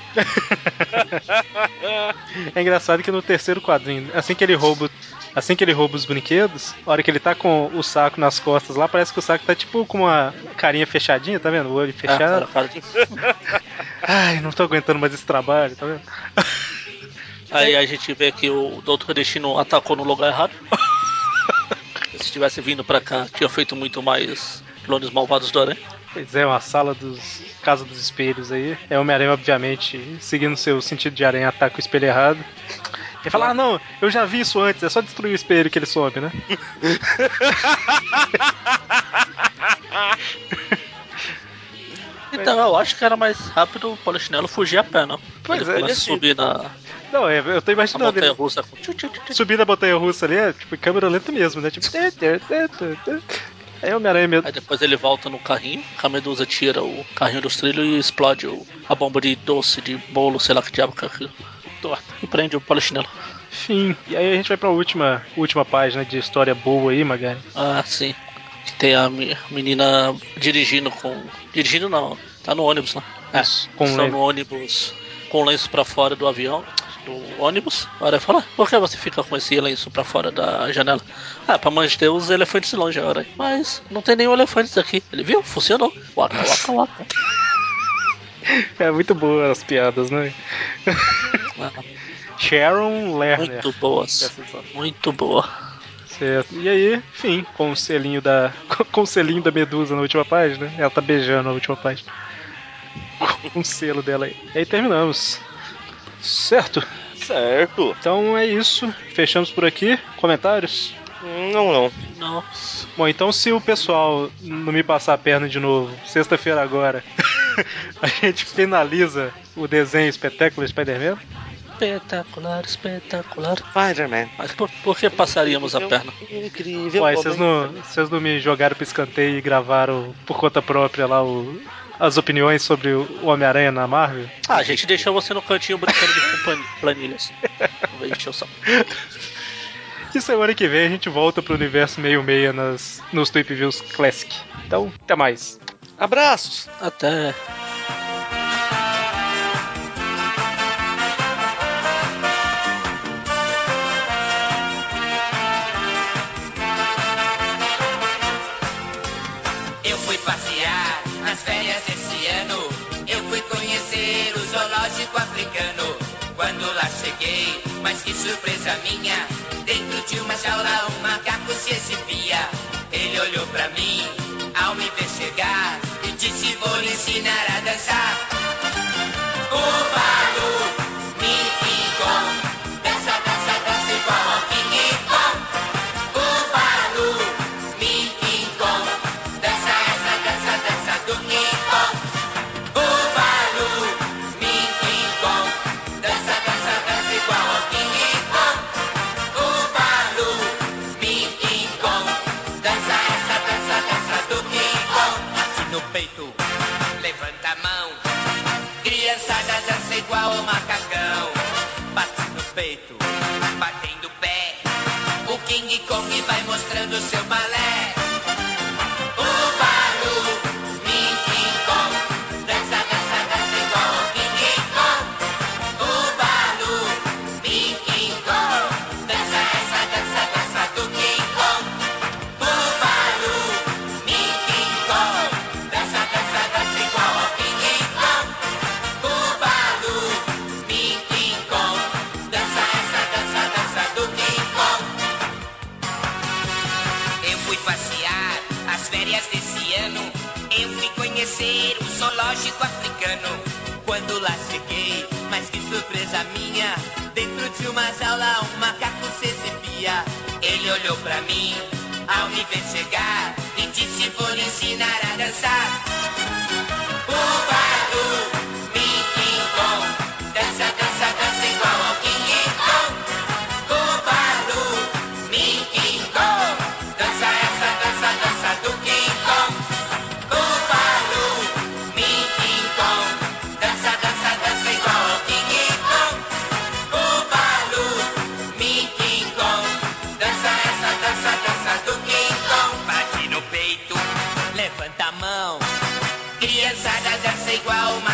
É engraçado que no terceiro quadrinho, assim que ele rouba os brinquedos, a hora que ele tá com o saco nas costas lá, parece que o saco tá tipo com uma carinha fechadinha, tá vendo? O olho fechado. Cara. Ai, não tô aguentando mais esse trabalho, tá vendo? Aí a gente vê que o Doutor Destino atacou no lugar errado. Se tivesse vindo pra cá, tinha feito muito mais clones malvados do Aranha. Pois é, uma sala dos Casa dos Espelhos aí. É Homem-Aranha, obviamente, seguindo seu sentido de aranha, ataca o espelho errado. Ele fala, ah não, eu já vi isso antes, é só destruir o espelho que ele some, né? Então eu acho que era mais rápido o Polichinelo fugir a pé, não? Pois Ele é, começa a subir na Não, eu tô imaginando montanha ele russa. subir na montanha russa ali, é tipo em câmera lenta mesmo, né? Tipo. Aí o Homem-Aranha mesmo. Aí depois ele volta no carrinho, a Medusa tira o carrinho dos trilhos e explode a bomba de doce, de bolo, sei lá que diabo que é aquilo. Torta. E prende o Polichinelo. Enfim, e aí a gente vai pra última página de história boa aí, Magari. Ah, sim. Que tem a menina dirigindo com. Dirigindo não, tá no ônibus lá. Isso, com Estão no ônibus com o lenço pra fora do avião, do ônibus. Agora fala, por que você fica com esse lenço pra fora da janela? Ah, pra manter os elefantes longe agora. Mas não tem nenhum elefante aqui. Ele viu? Funcionou. Waka, waka, waka. É muito boa as piadas, né? Ah, Sharon Lerner. muito boas. Muito boa. Certo. E aí, enfim, com o selinho da. Com o selinho da Medusa na última página. Ela tá beijando a última página. Com o selo dela aí. E aí terminamos. Certo? Certo. Então é isso. Fechamos por aqui. Comentários? Não. Não. Bom, então se o pessoal não me passar a perna de novo, sexta-feira agora, a gente finaliza o desenho espetáculo Spider-Man. Espetacular, espetacular. Spider-Man. Mas por que passaríamos a perna? Incrível. Uai, vocês não me jogaram pro escanteio e gravaram por conta própria lá as opiniões sobre o Homem-Aranha na Marvel? Ah, a gente deixou você no cantinho brincando de planilhas. Não veio encher o saco. E semana que vem a gente volta pro universo meio-meia nos Tweep Views Classic. Então, até mais. Abraços. Até. Eu fui passear nas férias esse ano. Eu fui conhecer o zoológico africano. Quando lá cheguei, mas que surpresa minha! Dentro de uma jaula um macaco se exibia. Ele olhou pra mim ao me ver chegar e disse: vou lhe ensinar a dançar. O Balu, King Kong, dança, dança, dança igual ao King Kong. O Balu, King Kong, dança essa dança, dança do King Kong. O Balu, King Kong, dança, dança, dança igual peito, levanta a mão. Criançada dança igual o macacão. Bate no peito, batendo o pé. O King Kong vai mostrando seu balé. O Balu, King Kong, dança, dança, dança igual o King Kong. O Balu, King Kong, dança essa dança, dança do King Kong. O Balu, King Kong, dança, dança, dança igual ao King Kong. O Balu, King Kong, dança essa dança, dança do King Kong. Eu fui passear as férias desse ano. Eu fui conhecer o zoológico africano. Quando lá cheguei, mas que surpresa minha, dentro de uma jaula um macaco se exibia. Ele olhou pra mim ao me ver chegar e disse: vou lhe ensinar a dançar. O Balu, King Kong, dança, dança, dança igual ao King Kong. O Balu, King Kong, dança essa dança, dança do King Kong. O Balu, King Kong, dança, dança, dança igual ao King Kong. O Balu, King Kong, dança essa dança, dança do King Kong. Bate no peito, levanta a mão. Criançada dança igual uma